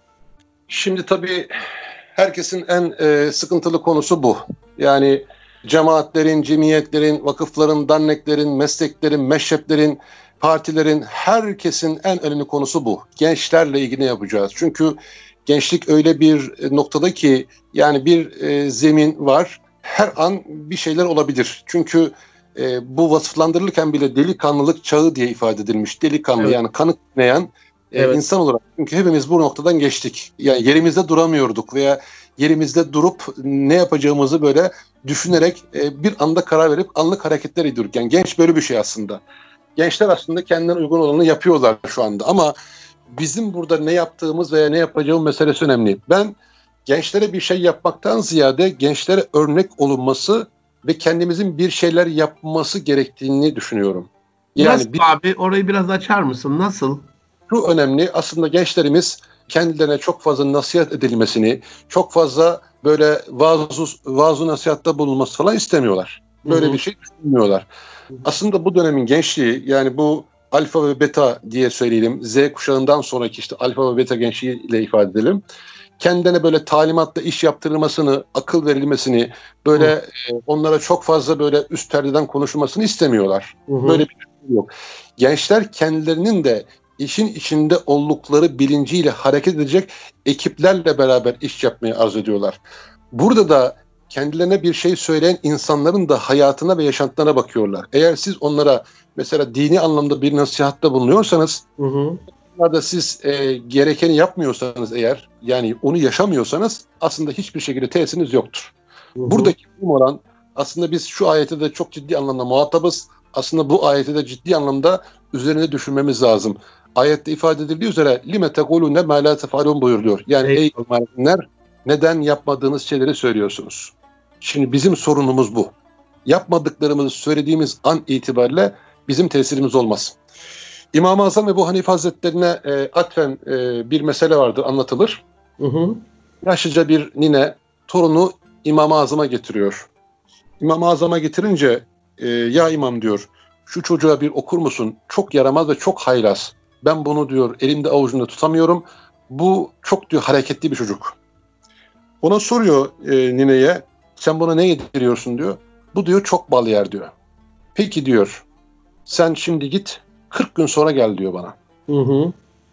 Şimdi tabii herkesin en e, sıkıntılı konusu bu. Yani cemaatlerin, cemiyetlerin, vakıfların, derneklerin, mesleklerin, meşreplerin, partilerin, herkesin en önemli konusu bu. Gençlerle ilgili ne yapacağız? Çünkü gençlik öyle bir noktada ki, yani bir e, zemin var. Her an bir şeyler olabilir. Çünkü e, bu vasıflandırılırken bile delikanlılık çağı diye ifade edilmiş. Delikanlı, evet. Yani kanı kaynayan e, evet. insan olarak. Çünkü hepimiz bu noktadan geçtik. Yani yerimizde duramıyorduk veya yerimizde durup ne yapacağımızı böyle düşünerek e, bir anda karar verip anlık hareketler ediyorduk. Yani genç böyle bir şey aslında. Gençler aslında kendilerine uygun olanı yapıyorlar şu anda. Ama bizim burada ne yaptığımız veya ne yapacağımız meselesi önemli. Ben gençlere bir şey yapmaktan ziyade gençlere örnek olunması ve kendimizin bir şeyler yapması gerektiğini düşünüyorum. Yani Nasıl bir, abi? Orayı biraz açar mısın? Nasıl? şu önemli, aslında gençlerimiz kendilerine çok fazla nasihat edilmesini, çok fazla böyle vaaz-ı vaaz nasihatta bulunması falan istemiyorlar. Böyle Hı-hı. bir şey düşünmüyorlar. Aslında bu dönemin gençliği, yani bu alfa ve beta diye söyleyelim, Z kuşağından sonraki işte alfa ve beta gençliğiyle ifade edelim. Kendine böyle talimatla iş yaptırılmasını, akıl verilmesini, böyle e, onlara çok fazla böyle üst perdeden konuşulmasını istemiyorlar. Hı-hı. Böyle bir şey yok. Gençler kendilerinin de işin içinde oldukları bilinciyle hareket edecek ekiplerle beraber iş yapmayı arzu ediyorlar. Burada da kendilerine bir şey söyleyen insanların da hayatına ve yaşantılarına bakıyorlar. Eğer siz onlara mesela dini anlamda bir nasihatta bulunuyorsanız, Hı hı. da siz e, gerekeni yapmıyorsanız eğer, yani onu yaşamıyorsanız aslında hiçbir şekilde tesiriniz yoktur. Hı hı. Buradaki olan aslında biz şu ayete de çok ciddi anlamda muhatabız. Aslında bu ayete de ciddi anlamda üzerine düşünmemiz lazım. Ayette ifade edildiği üzere lime tekulune ma la tefalun buyuruluyor. Yani Evet. ey müminler, neden yapmadığınız şeyleri söylüyorsunuz? Şimdi bizim sorunumuz bu. Yapmadıklarımızı söylediğimiz an itibariyle bizim tesirimiz olmaz. İmam-ı Azam Ebu Hanife Hazretlerine e, atfen e, bir mesele vardır, anlatılır. Hı hı. Yaşlıca bir nine torunu İmam-ı Azam'a getiriyor. İmam-ı Azam'a getirince e, ya imam diyor, şu çocuğa bir okur musun? Çok yaramaz ve çok haylaz. Ben bunu diyor elimde avucumda tutamıyorum. Bu çok diyor hareketli bir çocuk. Ona soruyor e, nineye, sen buna ne yediriyorsun diyor. Bu diyor çok bal yer diyor. Peki diyor, sen şimdi git kırk gün sonra gel diyor bana. Hı hı.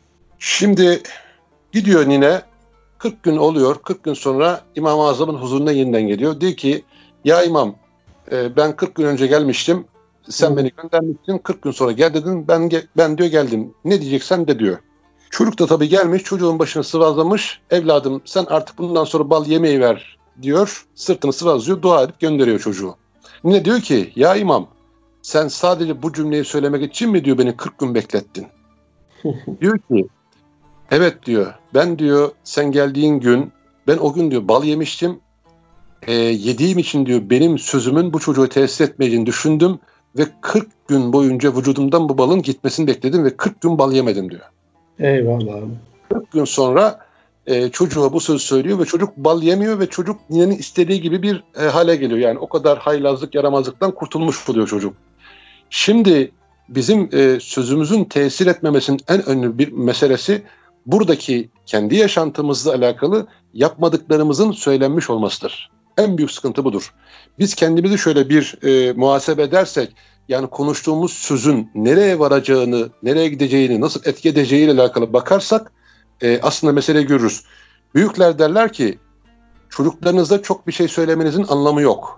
Şimdi gidiyor nine, kırk gün oluyor. kırk gün sonra İmam-ı Azam'ın huzuruna yeniden geliyor. Diyor ki ya imam, e, ben kırk gün önce gelmiştim. Sen Hı. beni göndermiştin. kırk gün sonra gel dedin. Ben ben diyor geldim. Ne diyeceksen de diyor. Çocuk da tabii gelmiş, çocuğun başını sıvazlamış. Evladım sen artık bundan sonra bal yemeyi ver diyor, sırtını sıvazlıyor, dua edip gönderiyor çocuğu. Ne diyor ki, ya imam sen sadece bu cümleyi söylemek için mi diyor beni kırk gün beklettin? Diyor ki, evet diyor, ben diyor sen geldiğin gün, ben o gün diyor bal yemiştim, e, yediğim için diyor benim sözümün bu çocuğa tesir etmeyeceğini düşündüm ve kırk gün boyunca vücudumdan bu balın gitmesini bekledim ve kırk gün bal yemedim diyor. Eyvallah abi. kırk gün sonra e, çocuğa bu sözü söylüyor ve çocuk bal yemiyor ve çocuk ninenin istediği gibi bir e, hale geliyor. Yani o kadar haylazlık, yaramazlıktan kurtulmuş oluyor çocuk. Şimdi bizim e, sözümüzün tesir etmemesinin en önemli bir meselesi buradaki kendi yaşantımızla alakalı yapmadıklarımızın söylenmiş olmasıdır. En büyük sıkıntı budur. Biz kendimizi şöyle bir e, muhasebe edersek, yani konuştuğumuz sözün nereye varacağını, nereye gideceğini, nasıl etki edeceğiyle alakalı bakarsak e, aslında meseleyi görürüz. Büyükler derler ki çocuklarınıza çok bir şey söylemenizin anlamı yok.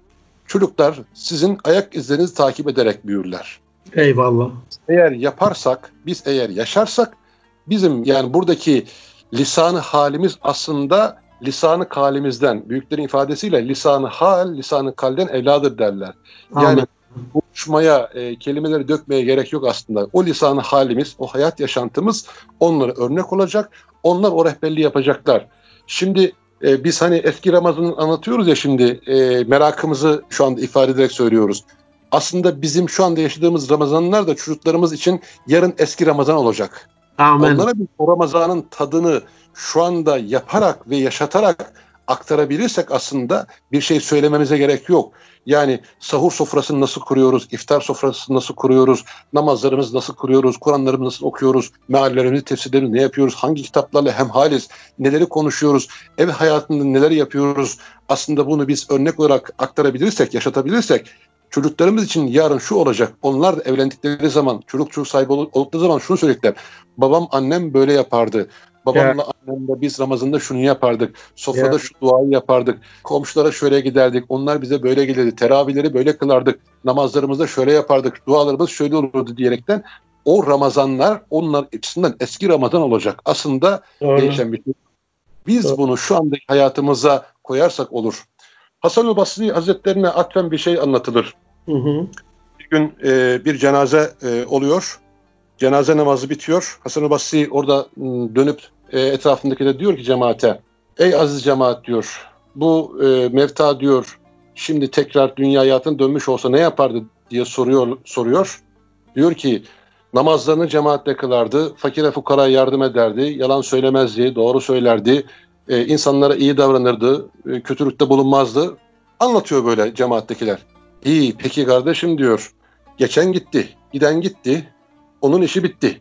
Çocuklar sizin ayak izlerinizi takip ederek büyürler. Eyvallah. Eğer yaparsak, biz eğer yaşarsak bizim yani buradaki lisanı halimiz aslında lisanı kalimizden, büyüklerin ifadesiyle lisanı hal, lisanı kalden evladır derler. Yani Amin. konuşmaya, e, kelimeleri dökmeye gerek yok aslında. O lisanı halimiz, o hayat yaşantımız onlara örnek olacak. Onlar o rehberliği yapacaklar. Şimdi e, biz hani eski Ramazan'ı anlatıyoruz ya şimdi e, merakımızı şu anda ifade ederek söylüyoruz. Aslında bizim şu anda yaşadığımız Ramazanlar da çocuklarımız için yarın eski Ramazan olacak. Amin. Onlara biz o Ramazan'ın tadını şu anda yaparak ve yaşatarak aktarabilirsek aslında bir şey söylememize gerek yok. Yani sahur sofrasını nasıl kuruyoruz, iftar sofrasını nasıl kuruyoruz, namazlarımızı nasıl kuruyoruz, Kur'anlarımızı nasıl okuyoruz, meallerimizi, tefsirlerimizi ne yapıyoruz, hangi kitaplarla hemhaliz, neleri konuşuyoruz, ev hayatında neler yapıyoruz. Aslında bunu biz örnek olarak aktarabilirsek, yaşatabilirsek çocuklarımız için yarın şu olacak. Onlar da evlendikleri zaman, çocuk çocuk sahibi oldukları zaman şunu söyleyecekler. Babam, annem böyle yapardı. Babamla ya. Annemle biz Ramazan'da şunu yapardık. Sofrada ya. Şu duayı yapardık. Komşulara şöyle giderdik. Onlar bize böyle gelirdi. Teravihleri böyle kılardık. Namazlarımızda şöyle yapardık. Dualarımız şöyle olurdu diyerekten o Ramazanlar onlar açısından eski Ramazan olacak. Aslında Doğru. değişen bir şey. Biz Doğru. bunu şu andaki hayatımıza koyarsak olur. Hasan-ı Basri Hazretlerine atfen bir şey anlatılır. Hı hı. Bir gün e, bir cenaze e, oluyor. Cenaze namazı bitiyor. Hasan-ı Basri orada dönüp e, etrafındakilere diyor ki cemaate, ey aziz cemaat diyor, bu e, mevta diyor, şimdi tekrar dünya hayatına dönmüş olsa ne yapardı diye soruyor. soruyor. Diyor ki namazlarını cemaatle kılardı, fakire fukaraya yardım ederdi, yalan söylemezdi, doğru söylerdi, e, insanlara iyi davranırdı, e, kötülükte bulunmazdı. Anlatıyor böyle cemaattekiler. İyi peki kardeşim diyor, geçen gitti, giden gitti. Onun işi bitti.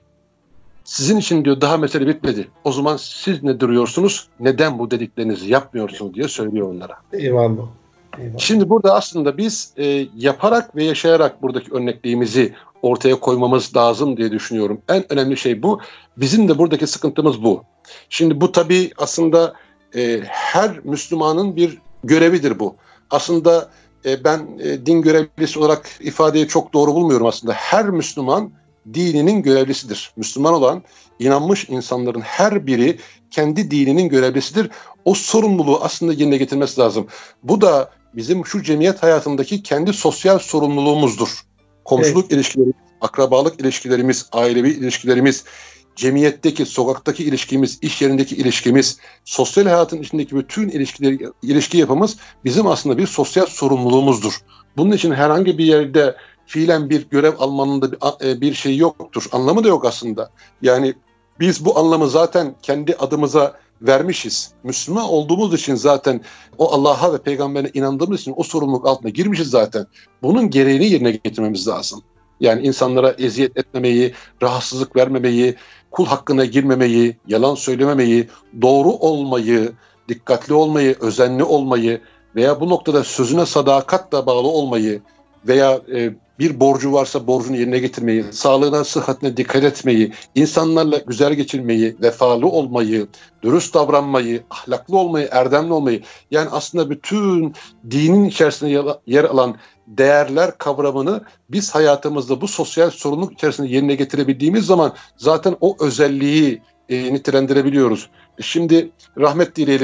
Sizin için diyor daha mesele bitmedi. O zaman siz ne duruyorsunuz? Neden bu dediklerinizi yapmıyorsunuz diye söylüyor onlara. Eyvallah. Eyvallah. Şimdi burada aslında biz e, yaparak ve yaşayarak buradaki örnekliğimizi ortaya koymamız lazım diye düşünüyorum. En önemli şey bu. Bizim de buradaki sıkıntımız bu. Şimdi bu tabii aslında e, her Müslümanın bir görevidir bu. Aslında e, ben e, din görevlisi olarak ifadeyi çok doğru bulmuyorum aslında. Her Müslüman dininin görevlisidir. Müslüman olan, inanmış insanların her biri kendi dininin görevlisidir. O sorumluluğu aslında yerine getirmesi lazım. Bu da bizim şu cemiyet hayatındaki kendi sosyal sorumluluğumuzdur. Komşuluk evet. ilişkilerimiz, akrabalık ilişkilerimiz, ailevi ilişkilerimiz, cemiyetteki, sokaktaki ilişkimiz, iş yerindeki ilişkimiz, sosyal hayatın içindeki bütün ilişkileri, ilişki yapımız bizim aslında bir sosyal sorumluluğumuzdur. Bunun için herhangi bir yerde fiilen bir görev almanın da bir, bir şey yoktur. Anlamı da yok aslında. Yani biz bu anlamı zaten kendi adımıza vermişiz. Müslüman olduğumuz için zaten o Allah'a ve peygamberine inandığımız için o sorumluluk altına girmişiz zaten. Bunun gereğini yerine getirmemiz lazım. Yani insanlara eziyet etmemeyi, rahatsızlık vermemeyi, kul hakkına girmemeyi, yalan söylememeyi, doğru olmayı, dikkatli olmayı, özenli olmayı veya bu noktada sözüne sadakatle bağlı olmayı veya e, bir borcu varsa borcunu yerine getirmeyi, sağlığına, sıhhatine dikkat etmeyi, insanlarla güzel geçirmeyi, vefalı olmayı, dürüst davranmayı, ahlaklı olmayı, erdemli olmayı, yani aslında bütün dinin içerisinde yer alan değerler kavramını biz hayatımızda bu sosyal sorumluluk içerisinde yerine getirebildiğimiz zaman zaten o özelliği e, nitelendirebiliyoruz. Şimdi rahmet dileyelim,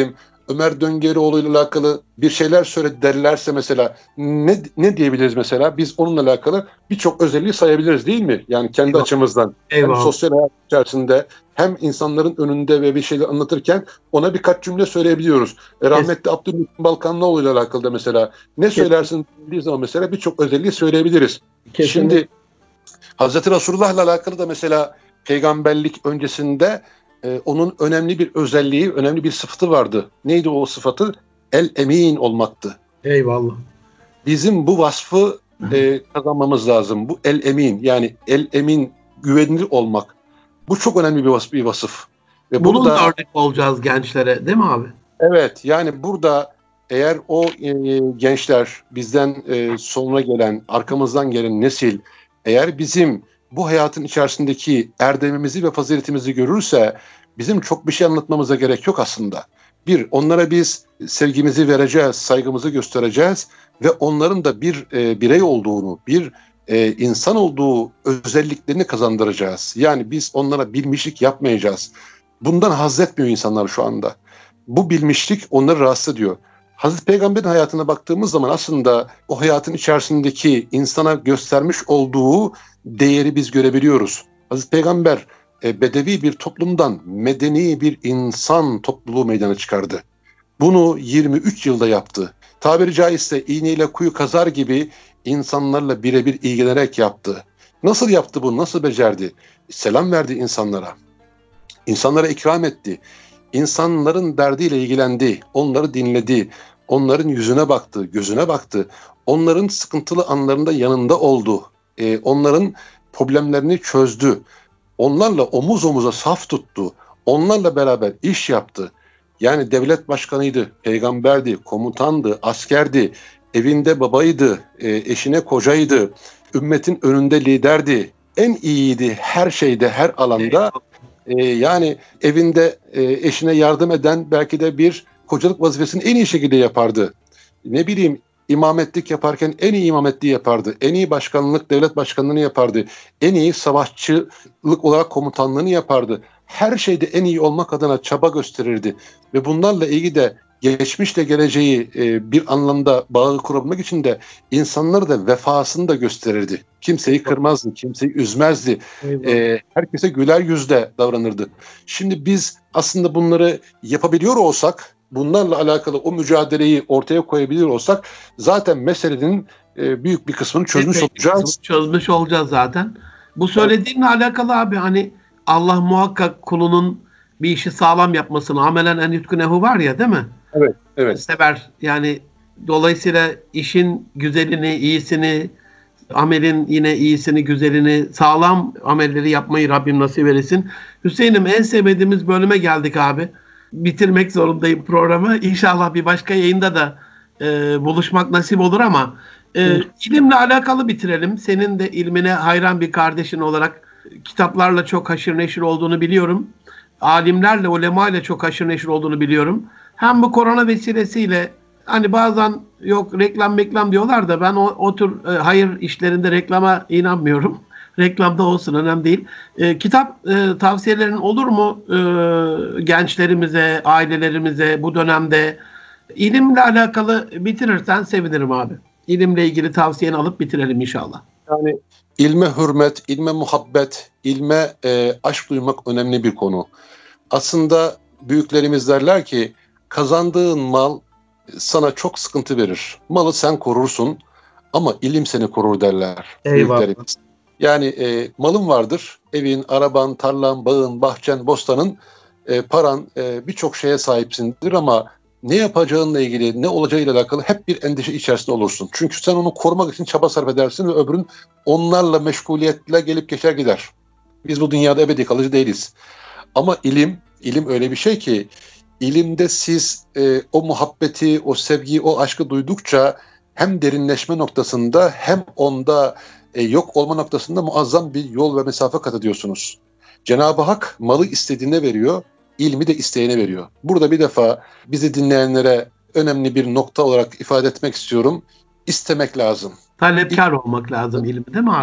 Ömer Döngerioğlu ile alakalı bir şeyler söyledi derlerse mesela ne ne diyebiliriz mesela? Biz onunla alakalı birçok özelliği sayabiliriz değil mi? Yani kendi Eyvallah. açımızdan. Eyvallah. Hem sosyal hayat içerisinde hem insanların önünde ve bir şeyler anlatırken ona birkaç cümle söyleyebiliyoruz. E, rahmetli Abdülhamit Balkanlıoğlu ile alakalı da mesela ne Kesin. söylersin dediği zaman mesela birçok özelliği söyleyebiliriz. Kesinlikle. Şimdi Hazreti Resulullah'la alakalı da mesela peygamberlik öncesinde e, onun önemli bir özelliği, önemli bir sıfatı vardı. Neydi o sıfatı? El-emin olmaktı. Eyvallah. Bizim bu vasfı e, kazanmamız lazım. Bu el-emin, yani el-emin, güvenilir olmak. Bu çok önemli bir vasıf. Bir vasıf. Ve Bunun burada, da örnek olacağız gençlere, değil mi abi? evet, yani burada eğer o e, gençler, bizden e, sonra gelen, arkamızdan gelen nesil, eğer bizim bu hayatın içerisindeki erdemimizi ve faziletimizi görürse bizim çok bir şey anlatmamıza gerek yok aslında. Bir, onlara biz sevgimizi vereceğiz, saygımızı göstereceğiz ve onların da bir e, birey olduğunu, bir e, insan olduğu özelliklerini kazandıracağız. Yani biz onlara bilmişlik yapmayacağız. Bundan haz etmiyor insanlar şu anda. Bu bilmişlik onları rahatsız ediyor. Hazreti Peygamber'in hayatına baktığımız zaman aslında o hayatın içerisindeki insana göstermiş olduğu değeri biz görebiliyoruz. Hazreti Peygamber e, bedevi bir toplumdan medeni bir insan topluluğu meydana çıkardı. Bunu yirmi üç yılda yaptı. Tabiri caizse iğneyle kuyu kazar gibi insanlarla birebir ilgilenerek yaptı. Nasıl yaptı bunu? Nasıl becerdi? Selam verdi insanlara. İnsanlara ikram etti. İnsanların derdiyle ilgilendi. Onları dinledi. Onların yüzüne baktı, gözüne baktı. Onların sıkıntılı anlarında yanında oldu. Ee, onların problemlerini çözdü. Onlarla omuz omuza saf tuttu. Onlarla beraber iş yaptı. Yani devlet başkanıydı, peygamberdi, komutandı, askerdi, evinde babaydı, e, eşine kocaydı, ümmetin önünde liderdi. En iyiydi her şeyde, her alanda. E, yani evinde e, eşine yardım eden belki de bir kocalık vazifesini en iyi şekilde yapardı. Ne bileyim, imametlik yaparken en iyi imametliği yapardı. En iyi başkanlık, devlet başkanlığını yapardı. En iyi savaşçılık olarak komutanlığını yapardı. Her şeyde en iyi olmak adına çaba gösterirdi. Ve bunlarla ilgili de geçmişle geleceği e, bir anlamda bağı kurabilmek için de insanları da vefasını da gösterirdi. Kimseyi kırmazdı, kimseyi üzmezdi. E, herkese güler yüzle davranırdı. Şimdi biz aslında bunları yapabiliyor olsak, bunlarla alakalı o mücadeleyi ortaya koyabilir olsak zaten meselenin e, büyük bir kısmını çözmüş Evet, olacağız. Çözmüş olacağız zaten. Bu söylediğinle alakalı abi, hani Allah muhakkak kulunun bir işi sağlam yapmasını, amelen en yutkunehu var ya, değil mi? Evet, evet. Sever. Yani dolayısıyla işin güzelini, iyisini, amelin yine iyisini, güzelini, sağlam amelleri yapmayı Rabbim nasip eylesin. Hüseyin'im, en sevmediğimiz bölüme geldik abi. Bitirmek zorundayım programı. İnşallah bir başka yayında da e, buluşmak nasip olur ama e, ilimle alakalı bitirelim. Senin de ilmine hayran bir kardeşin olarak kitaplarla çok haşır neşir olduğunu biliyorum. Alimlerle, ulemayla çok haşır neşir olduğunu biliyorum. Hem bu korona vesilesiyle, hani bazen yok reklam reklam diyorlar da ben o, o tür e, hayır işlerinde reklama inanmıyorum. Reklamda olsun, önemli değil. E, kitap e, tavsiyelerin olur mu e, gençlerimize, ailelerimize bu dönemde? İlimle alakalı bitirirsen sevinirim abi. İlimle ilgili tavsiyeni alıp bitirelim inşallah. Yani ilme hürmet, ilme muhabbet, ilme e, aşk duymak önemli bir konu. Aslında büyüklerimiz derler ki kazandığın mal sana çok sıkıntı verir. Malı sen korursun ama ilim seni korur derler. Eyvallah. Büyüklerimiz. Yani e, malın vardır, evin, araban, tarlan, bağın, bahçen, bostanın, e, paran, e, birçok şeye sahipsindir ama ne yapacağınla ilgili, ne olacağıyla alakalı hep bir endişe içerisinde olursun. Çünkü sen onu korumak için çaba sarf edersin ve öbürün onlarla meşguliyetle gelip geçer gider. Biz bu dünyada ebedi kalıcı değiliz. Ama ilim, ilim öyle bir şey ki ilimde siz e, o muhabbeti, o sevgiyi, o aşkı duydukça hem derinleşme noktasında hem onda e, yok olma noktasında muazzam bir yol ve mesafe kat ediyorsunuz. Cenab-ı Hak malı istediğine veriyor, ilmi de isteyene veriyor. Burada bir defa bizi dinleyenlere önemli bir nokta olarak ifade etmek istiyorum. İstemek lazım. Talepkar olmak lazım ilmi, değil mi abi?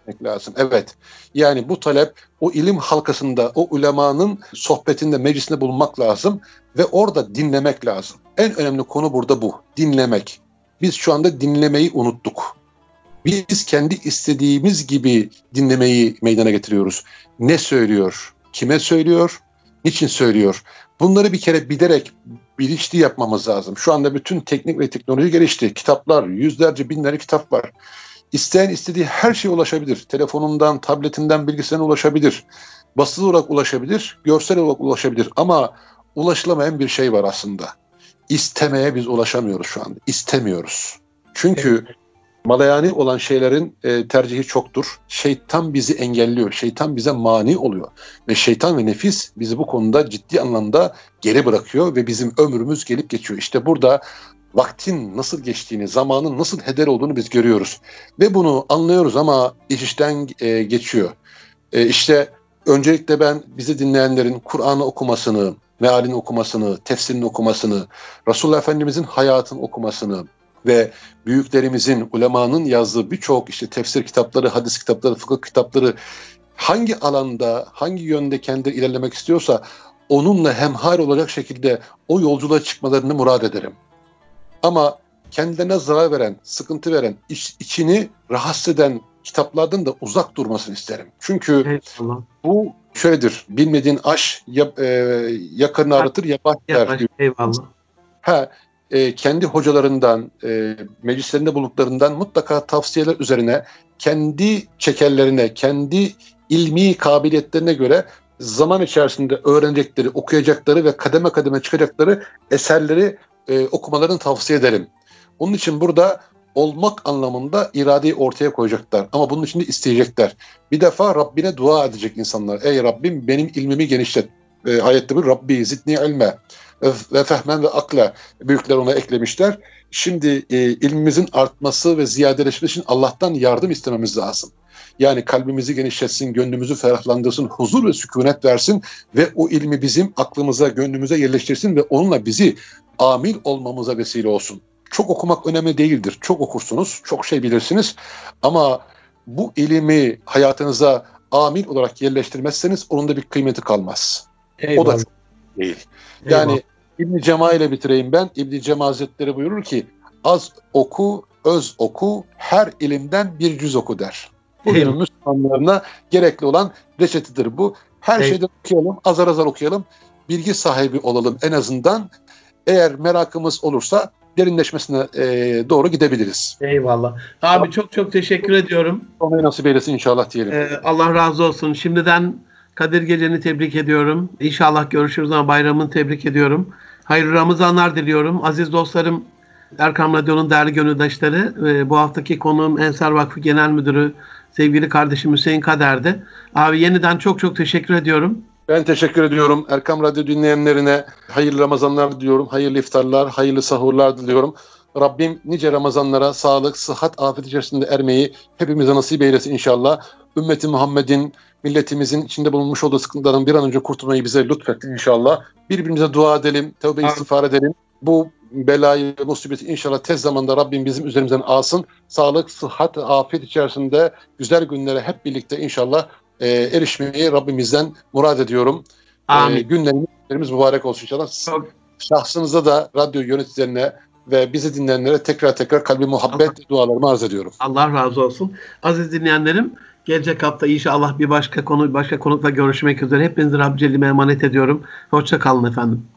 etmek lazım. Evet. Yani bu talep o ilim halkasında, o ulemanın sohbetinde, meclisinde bulunmak lazım ve orada dinlemek lazım. En önemli konu burada bu. Dinlemek. Biz şu anda dinlemeyi unuttuk. Biz kendi istediğimiz gibi dinlemeyi meydana getiriyoruz. Ne söylüyor? Kime söylüyor? Niçin söylüyor? Bunları bir kere bilerek, bilinçli yapmamız lazım. Şu anda bütün teknik ve teknoloji gelişti. Kitaplar, yüzlerce, binlerce kitap var. İsteyen istediği her şeye ulaşabilir. Telefonundan, tabletinden, bilgisayarına ulaşabilir. Basılı olarak ulaşabilir, görsel olarak ulaşabilir. Ama ulaşılamayan bir şey var aslında. İstemeye biz ulaşamıyoruz şu anda. İstemiyoruz. Çünkü evet. Malayani olan şeylerin e, tercihi çoktur. Şeytan bizi engelliyor. Şeytan bize mani oluyor. Ve şeytan ve nefis bizi bu konuda ciddi anlamda geri bırakıyor ve bizim ömrümüz gelip geçiyor. İşte burada vaktin nasıl geçtiğini, zamanın nasıl heder olduğunu biz görüyoruz. Ve bunu anlıyoruz ama iş işten e, geçiyor. E, işte öncelikle ben bizi dinleyenlerin Kur'an'ı okumasını, mealini okumasını, tefsirini okumasını, Resulullah Efendimizin hayatını okumasını ve büyüklerimizin, ulemanın yazdığı birçok işte tefsir kitapları, hadis kitapları, fıkıh kitapları hangi alanda, hangi yönde kendi ilerlemek istiyorsa onunla hemhal olacak şekilde o yolculuğa çıkmalarını murad ederim. Ama kendilerine zarar veren, sıkıntı veren, iç, içini rahatsız eden kitaplardan da uzak durmasını isterim. Çünkü Eyvallah. Bu şöyledir, bilmediğin aş ya, e, yakarını ağrıtır, yapar der. Eyvallah. Ha, e, kendi hocalarından, e, meclislerinde bulunduklarından mutlaka tavsiyeler üzerine kendi çekerlerine, kendi ilmi kabiliyetlerine göre zaman içerisinde öğrenecekleri, okuyacakları ve kademe kademe çıkacakları eserleri e, okumalarını tavsiye ederim. Onun için burada olmak anlamında iradeyi ortaya koyacaklar. Ama bunun için de isteyecekler. Bir defa Rabbine dua edecek insanlar. Ey Rabbim benim ilmimi genişlet. E, ayette bir Rabbi zidni ilme ve fehmen ve akla büyükler ona eklemişler. Şimdi e, ilmimizin artması ve ziyadeleşmesi için Allah'tan yardım istememiz lazım. Yani kalbimizi genişletsin, gönlümüzü ferahlandırsın, huzur ve sükunet versin ve o ilmi bizim aklımıza, gönlümüze yerleştirsin ve onunla bizi amil olmamıza vesile olsun. Çok okumak önemli değildir. Çok okursunuz, çok şey bilirsiniz ama bu ilmi hayatınıza amil olarak yerleştirmezseniz onun da bir kıymeti kalmaz. Eyvallah. O da çok değil. Yani İbn-i Cema ile bitireyim ben. İbn-i Cema Hazretleri buyurur ki az oku, öz oku, her ilimden bir cüz oku der. Bugünün Müslümanlarına gerekli olan reçetidir bu. Her Eyvallah. Şeyden okuyalım, azar azar okuyalım. Bilgi sahibi olalım en azından. Eğer merakımız olursa derinleşmesine e, doğru gidebiliriz. Eyvallah. Abi çok çok teşekkür ediyorum. Ona nasip eylesin inşallah diyelim. Ee, Allah razı olsun. Şimdiden Kadir Geceni tebrik ediyorum. İnşallah görüşürüz ama bayramını tebrik ediyorum. Hayırlı Ramazanlar diliyorum. Aziz dostlarım, Erkam Radyo'nun değerli gönüldaşları, e, bu haftaki konuğum Ensar Vakfı Genel Müdürü sevgili kardeşim Hüseyin Kader'di. Abi yeniden çok çok teşekkür ediyorum. Ben teşekkür ediyorum. Erkam Radyo dinleyenlerine hayırlı Ramazanlar diliyorum. Hayırlı iftarlar, hayırlı sahurlar diliyorum. Rabbim nice Ramazanlara sağlık, sıhhat, afiyet içerisinde ermeyi hepimize nasip eylesin inşallah. Ümmeti Muhammed'in, milletimizin içinde bulunmuş olduğu sıkıntılardan bir an önce kurtulmayı bize lütfettin inşallah. Birbirimize dua edelim, tevbe istiğfar edelim. Bu belayı, musibeti inşallah tez zamanda Rabbim bizim üzerimizden alsın. Sağlık, sıhhat, afiyet içerisinde güzel günlere hep birlikte inşallah e, erişmeyi Rabbimizden murad ediyorum. Amin. E, günlerimiz mübarek olsun inşallah. Çok. Şahsınıza da radyo yöneticilerine ve bizi dinleyenlere tekrar tekrar kalbi muhabbet Allah. Dualarımı arz ediyorum. Allah razı olsun. Aziz dinleyenlerim, gelecek hafta inşallah bir başka konu, başka konukla görüşmek üzere. Hepinizi Rabbi Celle'ime emanet ediyorum. Hoşça kalın efendim.